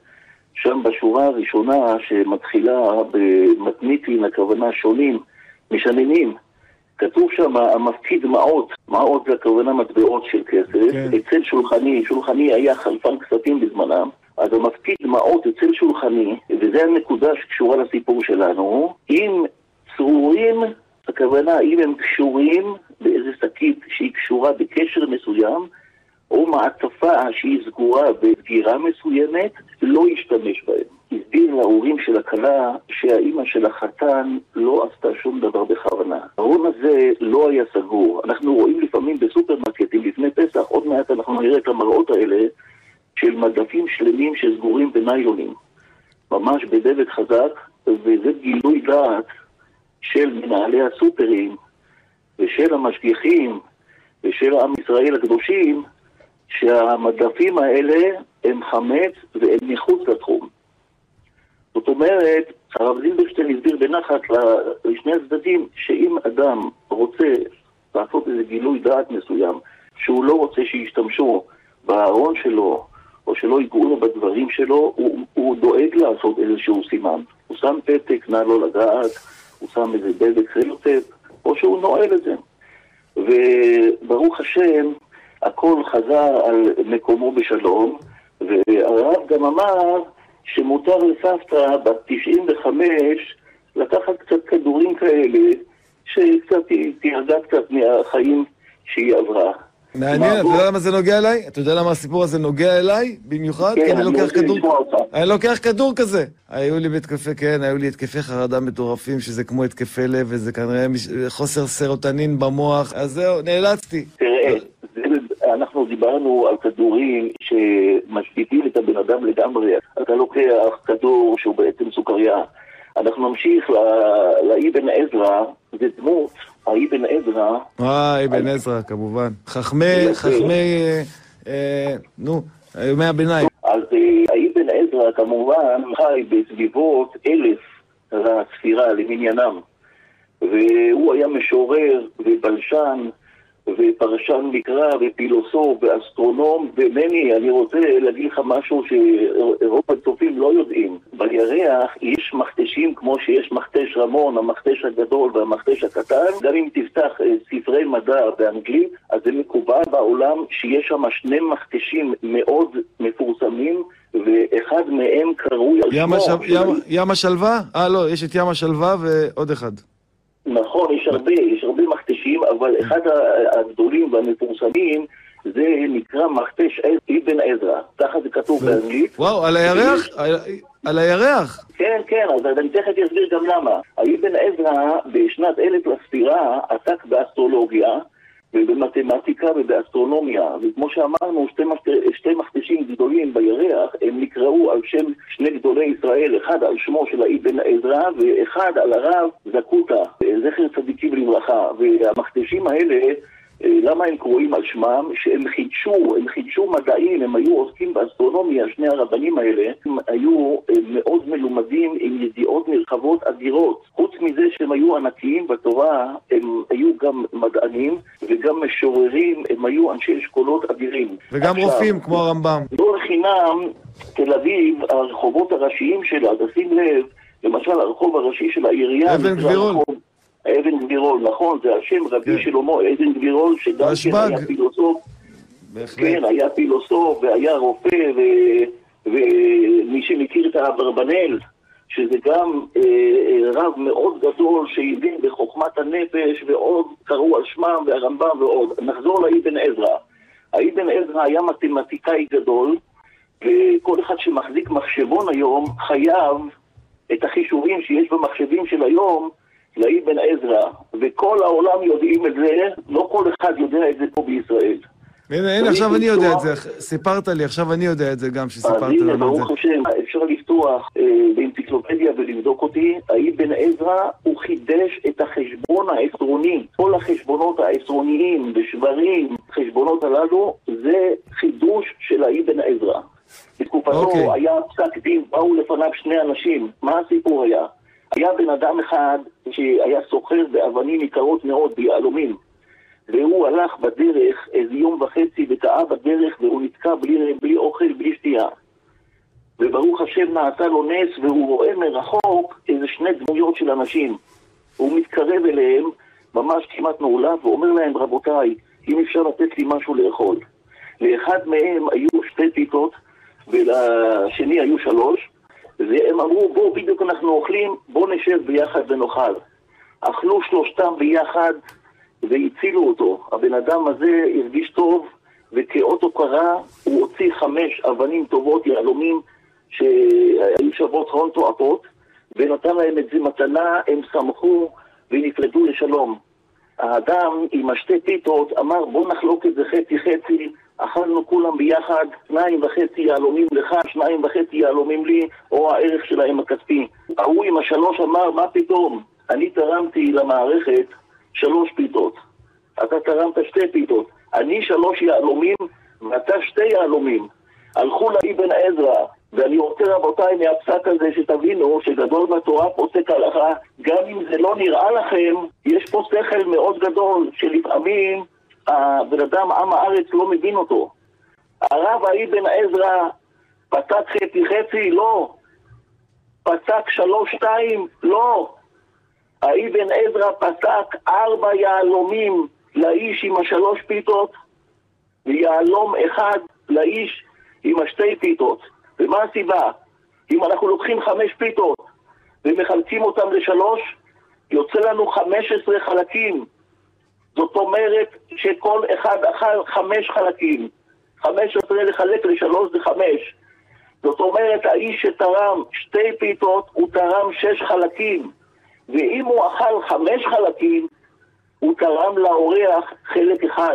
שם בשורה הראשונה שמתחילה במתניתין, הכוונה שונים, משננים. כתוב שם המפקיד מעות, מעות זה הכוונה מטבעות של כסף, אצל שולחני, שולחני היה חלפן כספים בזמנם, אז המפקיד מעות אצל שולחני, וזה הנקודה שקשורה לסיפור שלנו, אם צרורים, הכוונה אם הם קשורים באיזה שקית שהיא קשורה בקשר מסוים, או מעטפה שהיא סגורה בסגירה מסוימת, לא ישתמש בהם. הסביר להורים של הכלה שהאימא של החתן לא עשתה שום דבר בכוונה. הארון הזה לא היה סגור. אנחנו רואים לפעמים בסופרמרקטים לפני פסח, עוד מעט אנחנו נראה את המראות האלה של מדפים שלמים שסגורים בניילונים. ממש בדבק חזק, וזה גילוי דעת של מנהלי הסופרים ושל המשגיחים ושל עם ישראל הקדושים, שהמדפים האלה הם חמץ והם מחוץ לתחום. זאת אומרת, הרב זילברשטיין הסביר בנחת לשני הצדדים שאם אדם רוצה לעשות איזה גילוי דעת מסוים, שהוא לא רוצה שישתמשו בארון שלו או שלא ייגעו לו בדברים שלו, הוא דואג לעשות איזשהו סימן. הוא שם פתק, נא לא לגעת, הוא שם איזה דבק סלוטייפ, או שהוא נועל את זה. וברוך השם, הכל חזר על מקומו בשלום, והרב גם אמר שמותר לסבתא בת 95 לקחת קצת כדורים כאלה, שקצת תירגע קצת מהחיים שהיא עברה. מעניין, אתה יודע למה זה נוגע אליי? אתה יודע למה הסיפור הזה נוגע אליי במיוחד? כן, אני לוקח כדור. אני לוקח כדור כזה. היו לי בהתקפי, כן, היו לי התקפי חרדה מטורפים, שזה כמו התקפי לב, וזה כנראה חוסר סרוטונין במוח, אז זהו, נאלצתי. תראה, אנחנו דיברנו על כדורים שמשביתים את הבן אדם לגמרי. אתה לוקח כדור שהוא בעצם סוכריה. אנחנו נמשיך לאבן עזרא, זה דמות, האבן עזרא. אבן עזרא, כמובן. חכמי, ימי הביניים. אז האבן עזרא כמובן חי בסביבות 1000 לספירה למניינם. והוא היה משורר ובלשן ופרשן מקרא ופילוסוף ואסטרונום, ומני, אני רוצה להגיד לך משהו שאירופה צופים לא יודעים. בירח יש מכתשים כמו שיש מכתש רמון, המכתש הגדול והמכתש הקטן. גם אם תפתח ספרי מדע באנגלית, אז זה מקובל בעולם שיש שם שני מכתשים מאוד מפורסמים, ואחד מהם קרוי על שמו. ים השלווה? לא, יש את ים השלווה ועוד אחד. נכון, יש הרבה מכתשים, אבל אחד הגדולים והמפורסמים זה נקרא מכתש אבן עזרא. ככה זה כתוב באנגלית. וואו, על הירח? על הירח? כן, אז אני תכף אסביר גם למה. אבן עזרא בשנת 1000 לספירה עסק באסטרולוגיה ובמתמטיקה ובאסטרונומיה, וכמו שאמרנו, שתי מכתשים גדולים בירח, הם נקראו על שם שני גדולי ישראל, אחד על שמו של אבן עזרא ואחד על הרב זקוטה, זכר צדיקים לברכה. והמכתשים האלה למה הם קרואים על שמם? שהם חידשו מדעים, הם היו עוסקים באסטרונומיה, שני הרבנים האלה, הם היו מאוד מלומדים עם ידיעות נרחבות אדירות. חוץ מזה שהם היו ענקיים בתורה, הם היו גם מדענים וגם משוררים, הם היו אנשי אשכולות אדירים. וגם עכשיו, רופאים כמו הרמב"ם. לא לחינם, תל אביב, הרחובות הראשיים שלה, תשים לב, למשל הרחוב הראשי של העירייה, אבן גבירול. אבן גבירול, נכון, זה השם רבי שלמה, אבן גבירול, שגם כן היה פילוסוף. כן, היה פילוסוף והיה רופא, ומי שמכיר את האברבנאל, שזה גם רב מאוד גדול שהבין בחוכמת הנפש, ועוד קראו על שמם והרמב"ם ועוד. נחזור לאבן עזרא. האבן עזרא היה מתמטיקאי גדול, וכל אחד שמחזיק מחשבון היום חייב את החישובים שיש במחשבים של היום לאבן עזרא, וכל העולם יודעים את זה, לא כל אחד יודע את זה פה בישראל. הנה, עכשיו אני יודע את זה, סיפרת לי, עכשיו אני יודע את זה גם, שסיפרת לנו את זה. ברוך השם, אפשר לפתוח באנציקלופדיה ולבדוק אותי, האבן עזרא הוא חידש את החשבון העשרוני, כל החשבונות העשרוניים ושברים, חשבונות הללו, זה חידוש של האבן עזרא. בתקופתו היה פסק דין, באו לפניו שני אנשים, מה הסיפור היה? היה בן אדם אחד שהיה סוחר באבנים יקרות מאוד, ביהלומים, והוא הלך בדרך איזה יום וחצי וטעה בדרך והוא נתקע בלי אוכל, בלי שתייה. וברוך השם נעשה לו נס והוא רואה מרחוק איזה שני דמויות של אנשים. הוא מתקרב אליהם, ממש כמעט נעולה, ואומר להם, רבותיי, אם אפשר לתת לי משהו לאכול. לאחד מהם היו 2 פיתות ולשני היו 3, והם אמרו, בוא בדיוק אנחנו אוכלים, בוא נשב ביחד ונאכל. אכלו 3 ביחד והצילו אותו. הבן אדם הזה הרגיש טוב, וכאות קרה הוא הוציא 5 אבנים טובות, יהלומים שהיו שוות הון תועפות, ונתן להם את זה מתנה, הם שמחו ונפרדו לשלום. האדם עם 2 פיתות אמר, בוא נחלוק את זה חצי חצי, אכלנו כולם ביחד, 2.5 יהלומים לך, 2.5 יהלומים לי, או הערך שלהם הכספי. ההוא עם 3 אמר, מה פתאום? אני תרמתי למערכת 3 פיתות. אתה תרמת 2 פיתות. אני 3 יהלומים ואתה 2 יהלומים. הלכו לאבן עזרא, ואני רוצה רבותיי מהפסק הזה שתבינו שגדול בתורה פוסק הלכה, גם אם זה לא נראה לכם, יש פה שכל מאוד גדול שלפעמים הבן אדם עם הארץ לא מבין אותו. הרב האבן עזרא פסק חצי, לא. פסק 3-2, לא. האבן עזרא פסק 4 יהלומים לאיש עם 3 פיתות, ויהלום אחד לאיש עם 2 פיתות. ומה הסיבה? אם אנחנו לוקחים 5 פיתות ומחלקים אותם ל3, יוצא לנו 15 חלקים. זאת אומרת שכל אחד אכל 5 חלקים. 15 לחלק ל3 זה 5. זאת אומרת, האיש שתרם 2 פיתות, הוא תרם 6 חלקים. ואם הוא אכל 5 חלקים, הוא תרם לאורח חלק אחד.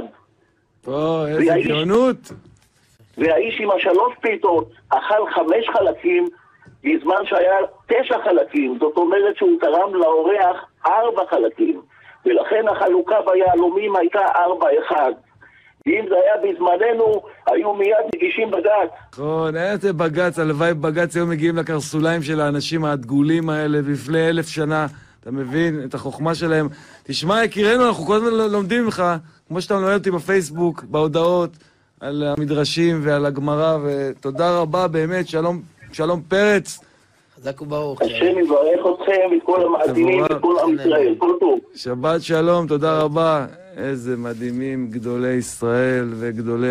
איזה גאונות. והאיש עם 3 פיתות אכל 5 חלקים, בזמן שהיה 9 חלקים. זאת אומרת שהוא תרם לאורח 4 חלקים. ולכן החלוקה ביהלומים הייתה 4-1. ואם זה היה בזמננו, היו מיד מגישים בגץ. נכון, היה זה בגץ, הלוואי בגץ היו מגיעים לקרסוליים של האנשים הדגולים האלה, ולפני 1000 שנה, אתה מבין את החוכמה שלהם. תשמע, יקירנו, אנחנו כל הזמן לומדים ממך, כמו שאתה מלמד אותי בפייסבוק, בהודעות, על המדרשים ועל הגמרא, ותודה רבה באמת, שלום פרץ. חזק וברוך. השם יברך אתכם, את כל המאזינים, את כל עם ישראל, כל טוב. שבת שלום, תודה רבה. איזה מדהימים גדולי ישראל וגדולי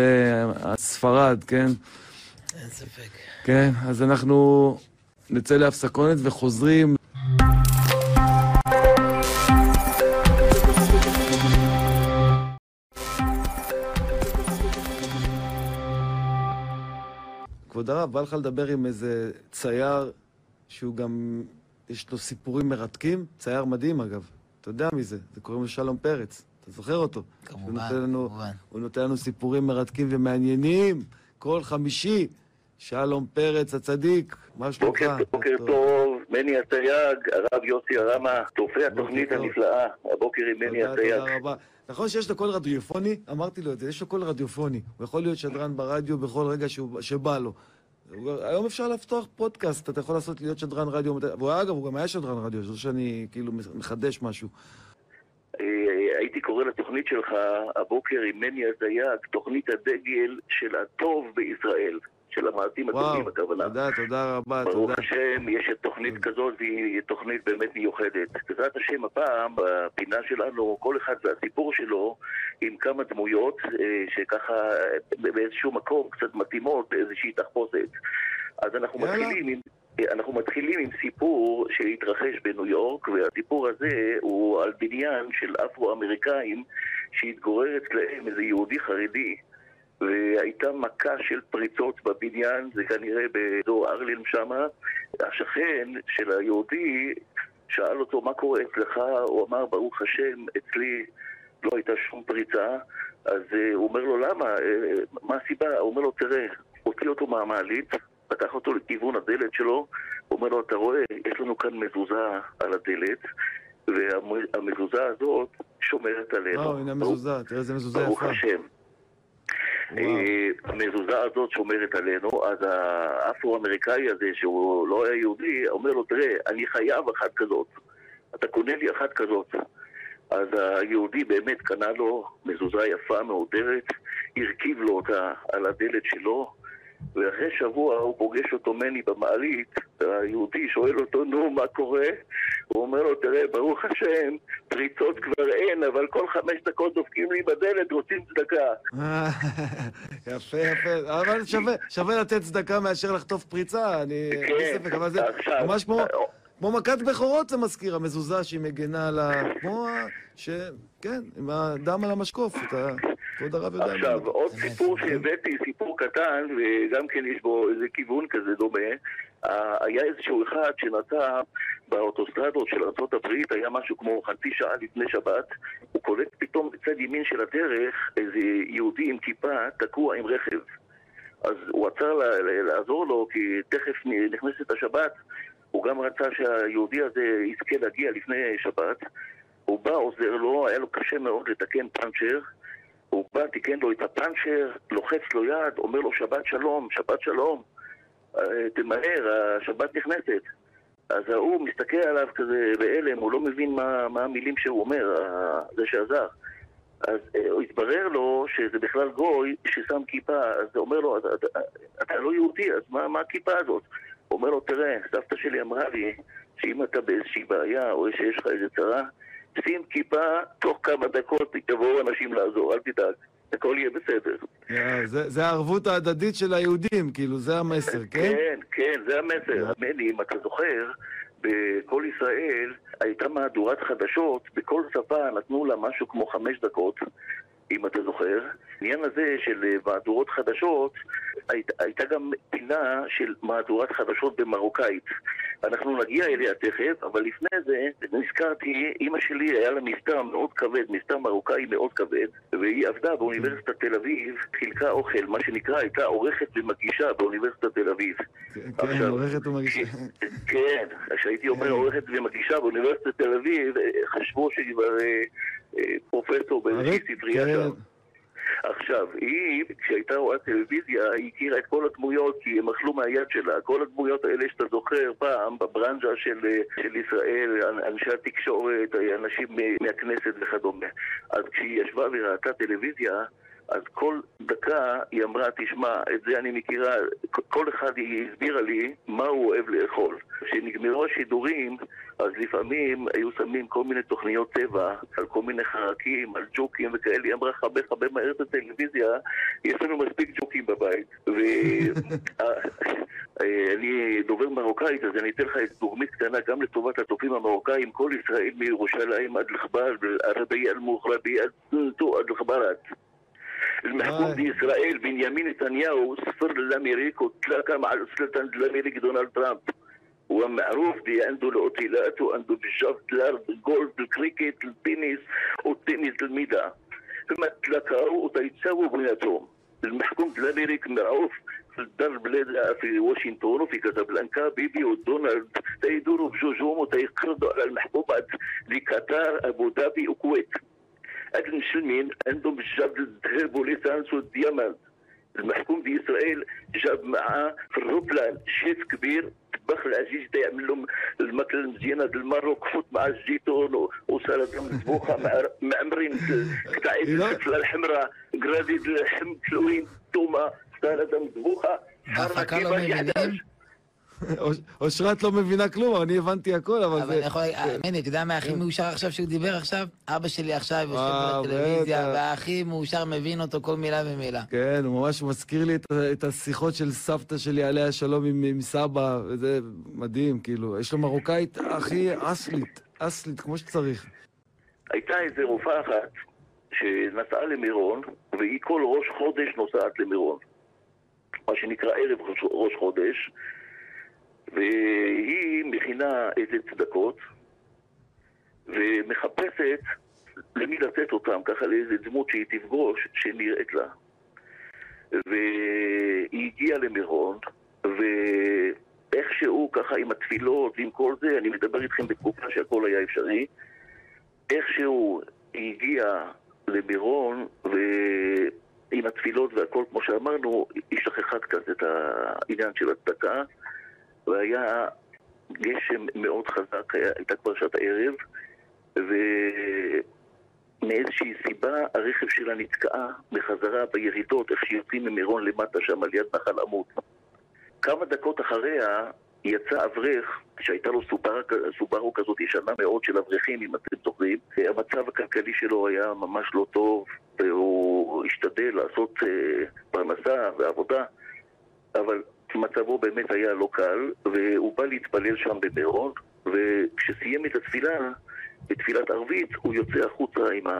ספרד, כן? אין ספק. כן, אז אנחנו נצא להפסקונת וחוזרים. כבוד הרב, בא לך לדבר עם איזה צייר שהוא גם, יש לו סיפורים מרתקים, צייר מדהים אגב, אתה יודע מי זה, זה קוראים לו שלום פרץ, אתה זוכר אותו? כמובן, כמובן. הוא נותן לנו סיפורים מרתקים ומעניינים, כל חמישי, שלום פרץ הצדיק, מה שלומך? בוקר טוב, מני אסייג, הרב יוסי הרמה, צופה התוכנית הנפלאה, הבוקר עם מני אסייג. תודה רבה. נכון שיש לו קול רדיופוני? אמרתי לו את זה, יש לו קול רדיופוני. הוא יכול להיות שדרן ברדיו בכל רגע שבא לו. היום אפשר לפתוח פודקאסט, אתה יכול להיות שדרן רדיו. ואגב, הוא גם היה שדרן רדיו, זה שאני כאילו מחדש משהו. הייתי קורא לתוכנית שלך הבוקר עם מני אסייג, תוכנית הדגל של הטוב בישראל. של המעטים הטובים, הכוונה. תודה רבה, ברוך השם, יש את תוכנית כזאת, והיא תוכנית באמת מיוחדת. בעזרת השם, הפעם, בפינה שלנו, כל אחד והסיפור שלו, עם כמה דמויות, שככה באיזשהו מקום קצת מתאימות, באיזושהי תחפושת. אז אנחנו מתחילים עם סיפור שהתרחש בניו יורק, והסיפור הזה הוא על בניין של אפרו-אמריקאים, שהתגורר אצלהם איזה יהודי חרדי, והייתה מכה של פריצות בבניין, זה כנראה באזור ארלין שמה. השכן של היהודי שאל אותו מה קורה אצלך, הוא אמר ברוך השם אצלי לא הייתה שום פריצה. אז הוא אומר לו למה? מה הסיבה? הוא אומר לו תראה, הוציא אותו מהמעלית, פתח אותו לכיוון הדלת שלו, הוא אומר לו אתה רואה, יש לנו כאן מזוזה על הדלת, והמזוזה הזאת שומרת עלינו. הנה המזוזה, תראה איזה מזוזה יפה. ברוך השם. המזוזה הזאת שומרת עלינו. אז האפרו-אמריקאי הזה שהוא לא היה יהודי אומר לו תראה, אני חייב אחת כזאת, אתה קונה לי אחת כזאת. אז היהודי באמת קנה לו מזוזה יפה מעודרת, הרכיב לו אותה על הדלת שלו, ואחרי שבוע הוא פוגש אותו מני במעלית, היהודי שואל אותו נו מה קורה? הוא אומר לו תראה ברוך השם פריצות כבר אין, אבל כל 5 דקות דופקים לי בדלת, רוצים צדקה. יפה יפה, אבל שווה לתת צדקה מאשר לחטוף פריצה, אני ספק, אבל זה ממש כמו מכת בכורות זה מזכיר, המזוזה שהיא מגנה על כמו כן, עם הדם על המשקוף, אתה כבוד הרב יודע. עכשיו, עוד סיפור שהבאתי, סיפור קטן, וגם כן יש בו איזה כיוון כזה דומה. היה איזשהו אחד שנסע באוטוסטרדות של ארצות הברית, היה משהו כמו חצי שעה לפני שבת, הוא קולט פתאום בצד ימין של הדרך איזה יהודי עם כיפה תקוע עם רכב. אז הוא עצר לעזור לו, כי תכף נכנסת השבת, הוא גם רצה שהיהודי הזה יזכה להגיע לפני שבת, הוא בא, עוזר לו, היה לו קשה מאוד לתקן פאנצ'ר, הוא בא, תיקן לו את הפאנצ'ר, לוחץ לו יד, אומר לו שבת שלום, שבת שלום, תמהר, השבת נכנסת. אז הוא מסתכל עליו כזה בהלם, הוא לא מבין מה המילים שהוא אומר, זה שעזר. אז הוא התברר לו שזה בכלל גוי ששם כיפה, אז הוא אומר לו, אתה לא יהודי, אז מה הכיפה הזאת? הוא אומר לו, תראה, סבתא שלי אמרה לי שאם אתה באיזושהי בעיה או שיש לך איזה צרה, שים כיפה, תוך כמה דקות יבואו אנשים לעזור, אל תדאג, הכל יהיה בסדר. זה הערבות ההדדית של היהודים, כאילו, זה המסר, כן? כן, זה המסר. מני, אם אתה זוכר, בכל ישראל הייתה מהדורת חדשות, בכל שפה נתנו לה משהו כמו 5 דקות, אם אתה זוכר. העניין הזה של מהדורות חדשות, הייתה גם פינה של מהדורת חדשות במרוקאית. אנחנו נגיע אליה תכף, אבל לפני זה נזכרתי, אמא שלי היה לה מסתר מאוד כבד, מסתר מרוקאי מאוד כבד, והיא עבדה באוניברסיטת תל אביב, חילקה אוכל, מה שנקרא, הייתה עורכת ומגישה באוניברסיטת תל אביב. כן, עורכת ומגישה. כן, כשהייתי אומר עורכת ומגישה באוניברסיטת תל אביב, חשבו שהיא כבר פרופסור באיזושהי ספרייה שם. עכשיו, היא, כשהייתה רואה טלוויזיה, היא הכירה את כל הדמויות, כי הם אכלו מהיד שלה. כל הדמויות האלה שאתה זוכר פעם, בברנז'ה של ישראל, אנשי התקשורת, אנשים מהכנסת וכדומה. אז כשהיא ישבה וראתה טלוויזיה, אז כל דקה היא אמרה, תשמע, את זה אני מכירה, כל אחד היא הסבירה לי מה הוא אוהב לאכול. כשנגמרו השידורים, אז לפעמים היו שמים כל מיני תוכניות טבע, על כל מיני חרקים, על ג'וקים וכאלה. היא אמרה, חבר מהר את הטלוויזיה, יש לנו מספיק ג'וקים בבית. ואני דובר מרוקאית, אז אני אתן לך דוגמית קטנה גם לטובת הצופים המרוקאים. כל ישראל מירושלים עד לחבל, ערבי אל-מוחרבי עד לחברת. المحكوم بإسرائيل بنيامين نتنياهو سفر للأمريك وتلاقى مع السلطان الأمريكي دونالد ترامب. هو معروف دي عنده الأوتيلات وعنده بالجافت الأرض الجولف الكريكيت التنس والتنس الميدان. ثم تلاقوا وتيتساووا بيناتهم. المحكوم الأمريكي معروف في الدار بلاد في واشنطن وفي كازابلانكا بيبي ودونالد تيدوروا بجوجهم وتيقرضوا على المحبوبات لقطر أبو ظبي وكويت. هاد المسلمين عندهم جاب الذهب والليسانس والديامات. المحكوم بإسرائيل جاب معاه في الروبلان شيف كبير طباخ العزيز يعمل لهم الماكله المزيانه د الماروك، فوت مع الزيتون وسلطه مطبوخه معمرين قطع الفلفله الحمراء، قرادي اللحم تلوين، تومه، سلطه مطبوخه. בהפקה לא מבינים. אושרת לא מבינה כלום, אני הבנתי הכל, אבל אבל זה... אני יכול... מני, אתה יודע מה הכי מאושר עכשיו שהוא דיבר עכשיו? אבא שלי עכשיו יושב בטלוויזיה, והכי מאושר מבין אותו כל מילה ומילה. כן, הוא ממש מזכיר לי את השיחות של סבתא שלי עליה שלום עם סבא, וזה מדהים, כאילו. יש לו מרוקאית הכי אסלית, כמו שצריך. הייתה איזו רופאה אחת שנסעה למירון, והיא כל ראש חודש נוסעת למירון. מה שנקרא ערב ראש חודש, והיא מכינה איזה צדקות ומחפשת למי לתת אותם, ככה לאיזה דמות שהיא תפגוש שנראית לה. והיא הגיעה למירון, ואיכשהו ככה עם התפילות ועם כל זה, אני מדבר איתכם בתקופה שהכל היה אפשרי, איכשהו היא הגיעה למירון ועם התפילות והכל, כמו שאמרנו, היא שכחה קצת את העניין של הצדקה, והיה גשם מאוד חזק, הייתה כבר שעת הערב, ומאיזושהי סיבה הרכב שלה נתקעה בחזרה בירידות, איך שיוצאים ממירון למטה שם על יד נחל עמוד. כמה דקות אחריה יצא אברך שהייתה לו סוברו כזאת ישנה מאוד של אברכים, אם אתם זוכרים. המצב הכלכלי שלו היה ממש לא טוב, והוא השתדל לעשות פרנסה ועבודה, אבל מצבו באמת היה לא קל, והוא בא להתפלל שם במירון, וכשסיים את התפילה, בתפילת ערבית, הוא יוצא החוצה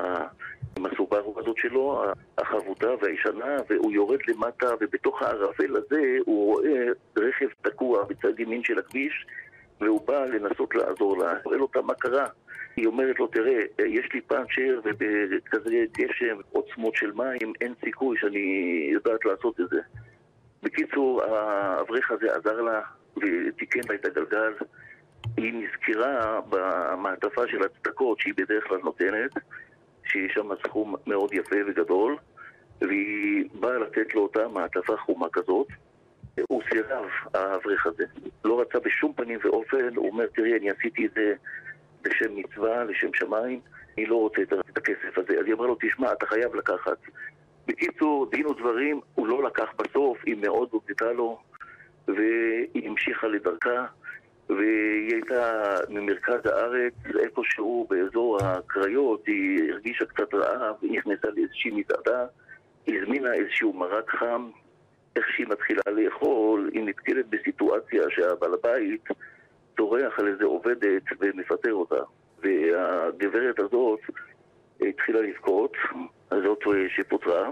עם הסוברו הזאת שלו, החבוטה והישנה, והוא יורד למטה, ובתוך הערפל הזה הוא רואה רכב תקוע בצד ימין של הכביש, והוא בא לנסות לעזור לה. הוא רואה לו אותה מה קרה. היא אומרת לו, תראה, יש לי פאנצ'ר, ובכזה גשם, עוצמות של מים, אין סיכוי שאני יודעת לעשות את זה. בקיצור, האברך הזה עזר לה ותיקן לה את הגלגל. היא נזכרה במעטפה של הצדקות שהיא בדרך כלל נותנת, שיש שם סכום מאוד יפה וגדול, והיא באה לתת לו אותה מעטפה חומה כזאת. הוא סירב, האברך הזה. לא רצה בשום פנים ואופן, הוא אומר, תראי, אני עשיתי את זה בשם מצווה, לשם שמיים, אני לא רוצה את הכסף הזה. אז היא אמרה לו, תשמע, אתה חייב לקחת. בקיצור, דין ודברים, הוא לא לקח בסוף, היא מאוד הודתה לו, והיא המשיכה לדרכה, והיא הייתה ממרכז הארץ, איפשהו באזור הקריות, היא הרגישה קצת רעב, היא נכנסה לאיזושהי מסעדה, היא הזמינה איזשהו מרק חם, איך שהיא מתחילה לאכול, היא נתקלת בסיטואציה שהבעל הבית צורח על איזה עובדת ומפטר אותה, והגברת הזאת התחילה לבכות, הזאת שפוטרה,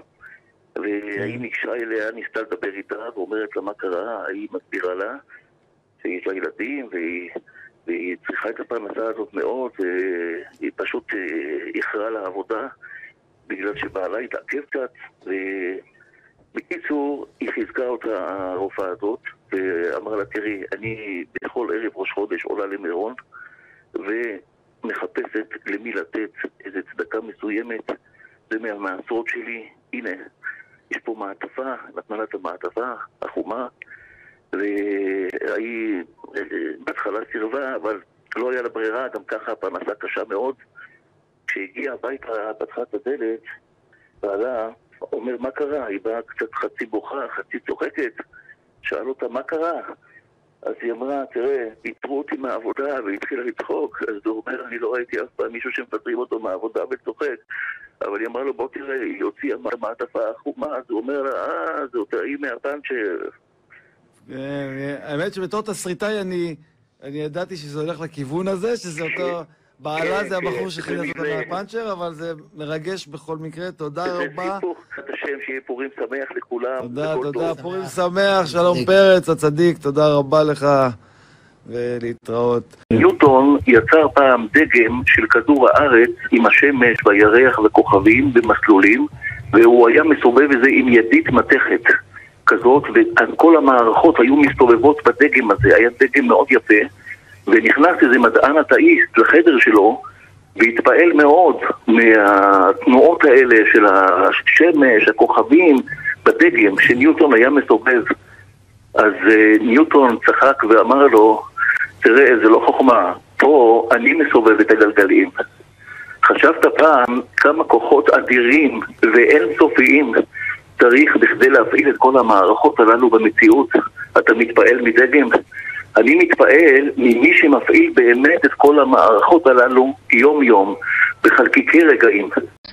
והיא ניגשה אליה, ניסתה לדבר איתה, ואומרת לה מה קרה, היא מסבירה לה שיש לה ילדים, והיא צריכה את הפרנסה הזאת מאוד, והיא פשוט איחרה לעבודה, בגלל שבעלה התעכב קצת, ובקיצור, היא חיזקה אותה הרופאה הזאת, ואמרה לה, תראי, אני בכל ערב ראש חודש עולה למירון, ומחפשת למי לתת איזו צדקה מסוימת, זה מהמעשרות שלי, הנה, יש פה מעטפה, נתנה לה את המעטפה, החומה, והיא בהתחלה סירבה, אבל לא היה לה ברירה, גם ככה הפרנסה קשה מאוד. כשהגיעה הביתה, פתחה את הדלת, ועלה, אומר, מה קרה? היא באה קצת חצי בוכה, חצי צוחקת, שאל אותה, מה קרה? אז היא אמרה, תראה, פיטרו אותי מהעבודה, והתחילה לצחוק. אז הוא אומר, אני לא ראיתי אף פעם מישהו שמפטרים אותו מהעבודה וצוחק. אבל היא אמרה לו, בוא תראה, היא הוציאה מעטפה החומה, אז הוא אומר לה, זאת היא מהפאנצ'ר. האמת שבתור תסריטאי אני ידעתי שזה הולך לכיוון הזה, שזה אותו בעלה, זה הבחור שחילץ אותו מהפאנצ'ר, אבל זה מרגש בכל מקרה. תודה רבה. זה סיפור, את השם, שיהיה פורים שמח לכולם. תודה, פורים שמח, שלום פרץ, הצדיק, תודה רבה לך, ולהתראות. ניוטון יצר פעם דגם של כדור הארץ עם השמש והירח וכוכבים במסלולים, והוא היה מסובב את זה עם ידית מתכת כזאת, וכל המערכות היו מסתובבות בדגם הזה. היה דגם מאוד יפה, ונכנס איזה מדען אתאיסט לחדר שלו, והתפעל מאוד מהתנועות האלה של השמש, הכוכבים, בדגם, שניוטון היה מסובב. אז ניוטון צחק ואמר לו, תראה, זה לא חוכמה, פה אני מסובב את הגלגלים. חשבת פעם כמה כוחות אדירים ואין סופיים צריך בכדי להפעיל את כל המערכות הללו במציאות? אתה מתפעל מדגם? אני מתפעל ממי שמפעיל באמת את כל המערכות הללו יום יום, בחלקיקי רגעים.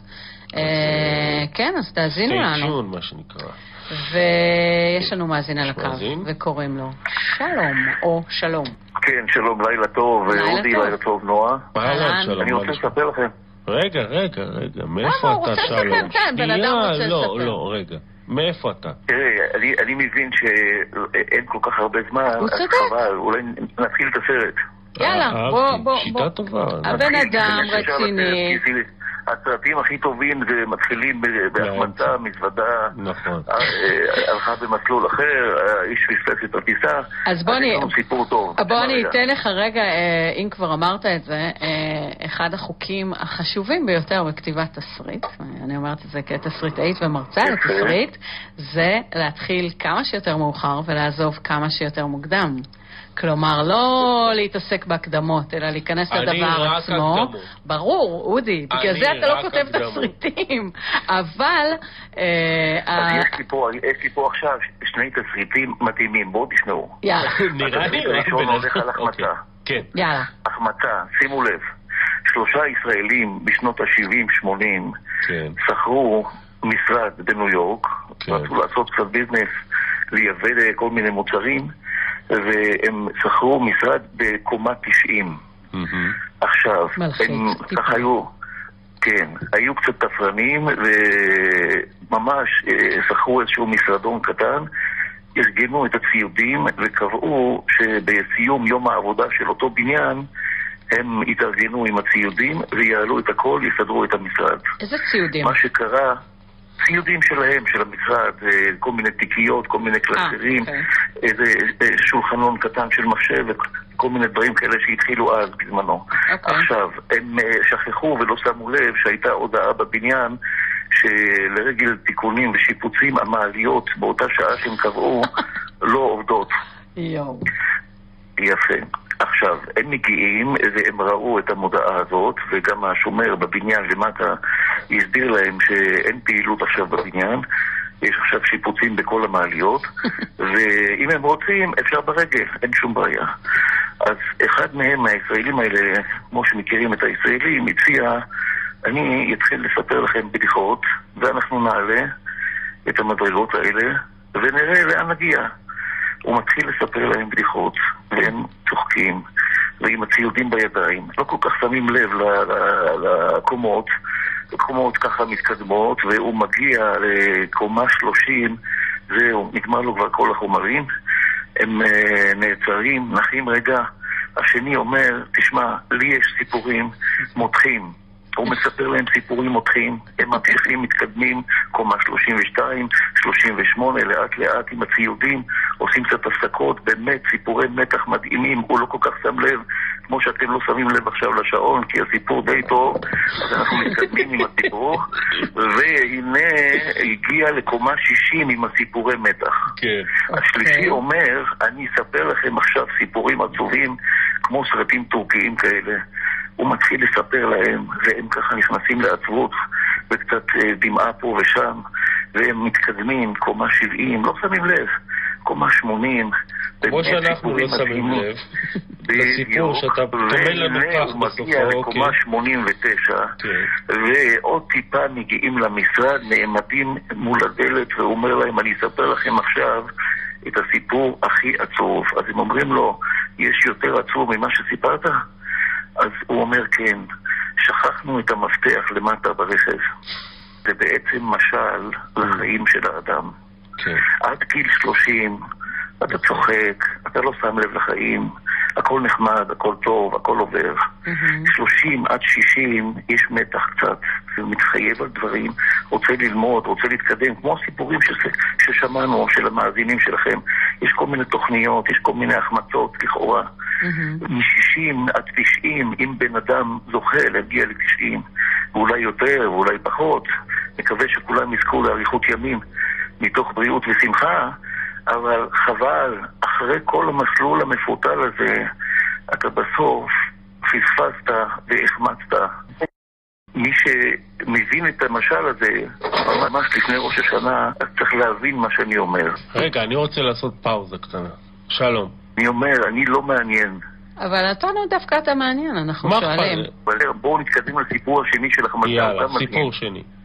כן, אז תאזינו לנו. סטיישון, מה שנקרא. ויש לנו מאזין על הקו, וקוראים לו שלום, או שלום. כן, שלום, לילה טוב, אודי, לילה טוב, נועה. אני רוצה לספר לכם. רגע, מאיפה אתה שלום? לא, רגע. מאיפה אתה? תראה, אני מבין שאין כל כך הרבה זמן, אז חבל, אולי נתחיל את הסרט. יאללה, בוא. שיטה טובה. הבן אדם רציני. הסרטים הכי טובים זה מתחילים בהחמצה, מזוודה, הלכה במסלול אחר, האיש פספס את הטיסה, אז בוא אני אתן לך רגע, אם כבר אמרת את זה, אחד החוקים החשובים ביותר בכתיבת תסריט, אני אומרת את זה כתסריטאית ומרצה לתסריט, זה להתחיל כמה שיותר מאוחר ולעזוב כמה שיותר מוקדם. כלומר, לא להתעסק בהקדמות, אלא להיכנס לדבר עצמו. ברור, אודי, בגלל זה אתה לא כותב תסריטים. אבל... יש לי פה עכשיו שני תסריטים מתאימים, בואו תשמעו. יאללה. נראה לי ראשון הולך על החמצה. כן. יאללה. החמצה, שימו לב. 3 ישראלים בשנות ה-70-80 שכרו משרד בניו יורק, רצו לעשות קצת ביזנס, לייבא כל מיני מוצרים, והם שכרו משרד בקומה 90. עכשיו, הם ככה היו קצת תפרנים, וממש שכרו איזשהו משרדון קטן, ארגנו את הציודים וקבעו שבסיום יום העבודה של אותו בניין הם יתארגנו עם הציודים ויעלו את הכל, יסדרו את המשרד. איזה ציודים? מה שקרה, ציודים שלהם, של המשרד, כל מיני תיקיות, כל מיני קלסרים, איזה שולחנון קטן של מחשב וכל מיני דברים כאלה שהתחילו אז בזמנו. עכשיו, הם שכחו ולא שמו לב שהייתה הודעה בבניין שלרגל תיקונים ושיפוצים המעליות באותה שעה שהם קבעו לא עובדות. יפה. עכשיו, הם מגיעים והם ראו את המודעה הזאת, וגם השומר בבניין למטה הסביר להם שאין פעילות עכשיו בבניין, יש עכשיו שיפוצים בכל המעליות, ואם הם רוצים אפשר ברגל, אין שום בעיה. אז אחד מהם, הישראלים האלה, כמו שמכירים את הישראלים, הציע, אני אתחיל לספר לכם בדיחות, ואנחנו נעלה את המדרגות האלה, ונראה לאן נגיע. הוא מתחיל לספר להם בדיחות, והם צוחקים, ועם הציודים בידיים. לא כל כך שמים לב לקומות, הקומות ככה מתקדמות, והוא מגיע לקומה 30, זהו, נגמר לו כבר כל החומרים, הם נעצרים, נחים רגע, השני אומר, תשמע, לי יש סיפורים מותחים. הוא מספר להם סיפורים מותחים, הם ממשיכים, מתקדמים, קומה 32, 38, לאט לאט עם הציודים, עושים קצת הפסקות, באמת סיפורי מתח מדהימים, הוא לא כל כך שם לב, כמו שאתם לא שמים לב עכשיו לשעון, כי הסיפור די טוב, אז אנחנו מתקדמים עם הסיפור, והנה הגיע לקומה 60 עם הסיפורי מתח. השלישי אומר, אני אספר לכם עכשיו סיפורים עצובים, כמו סרטים טורקיים כאלה. הוא מתחיל לספר להם, והם ככה נכנסים לעצבות, וקצת דמעה פה ושם, והם מתקדמים, קומה 70, לא שמים לב, קומה 80. כמו שאנחנו לא שמים לב, לסיפור שאתה תומל לנו כך הוא מגיע לקומה 89, ועוד טיפה מגיעים למשרד, נעמדים מול הדלת, והוא אומר להם, אני אספר לכם עכשיו את הסיפור הכי עצוב. אז הם אומרים לו, יש יותר עצוב ממה שסיפרת? אז הוא אומר כן, שכחנו את המפתח למטה ברכב. זה בעצם משל לחיים של האדם. עד גיל 30 אתה צוחק, אתה לא שם לב לחיים, הכל נחמד, הכל טוב, הכל עובר. 30 עד 60 יש מתח קצת, מתחייב על דברים, רוצה ללמוד, רוצה להתקדם, כמו הסיפורים ששמענו, של המאזינים שלכם. יש כל מיני תוכניות, יש כל מיני החמצות לכאורה. מ-60 עד 90, אם בן אדם זוכה להגיע ל-90, ואולי יותר ואולי פחות, מקווה שכולם יזכו לאריכות ימים מתוך בריאות ושמחה, אבל חבל, אחרי כל המסלול המפותל הזה, אתה בסוף פספסת והחמצת. מי שמבין את המשל הזה, ממש לפני ראש השנה, אז צריך להבין מה שאני אומר. רגע, אני רוצה לעשות פאוזה קטנה. שלום. אני אומר, אני לא מעניין. אבל אותנו דווקא אתה מעניין, אנחנו שואלים. בואו נתקדם לסיפור השני שלך. יאללה, סיפור שני.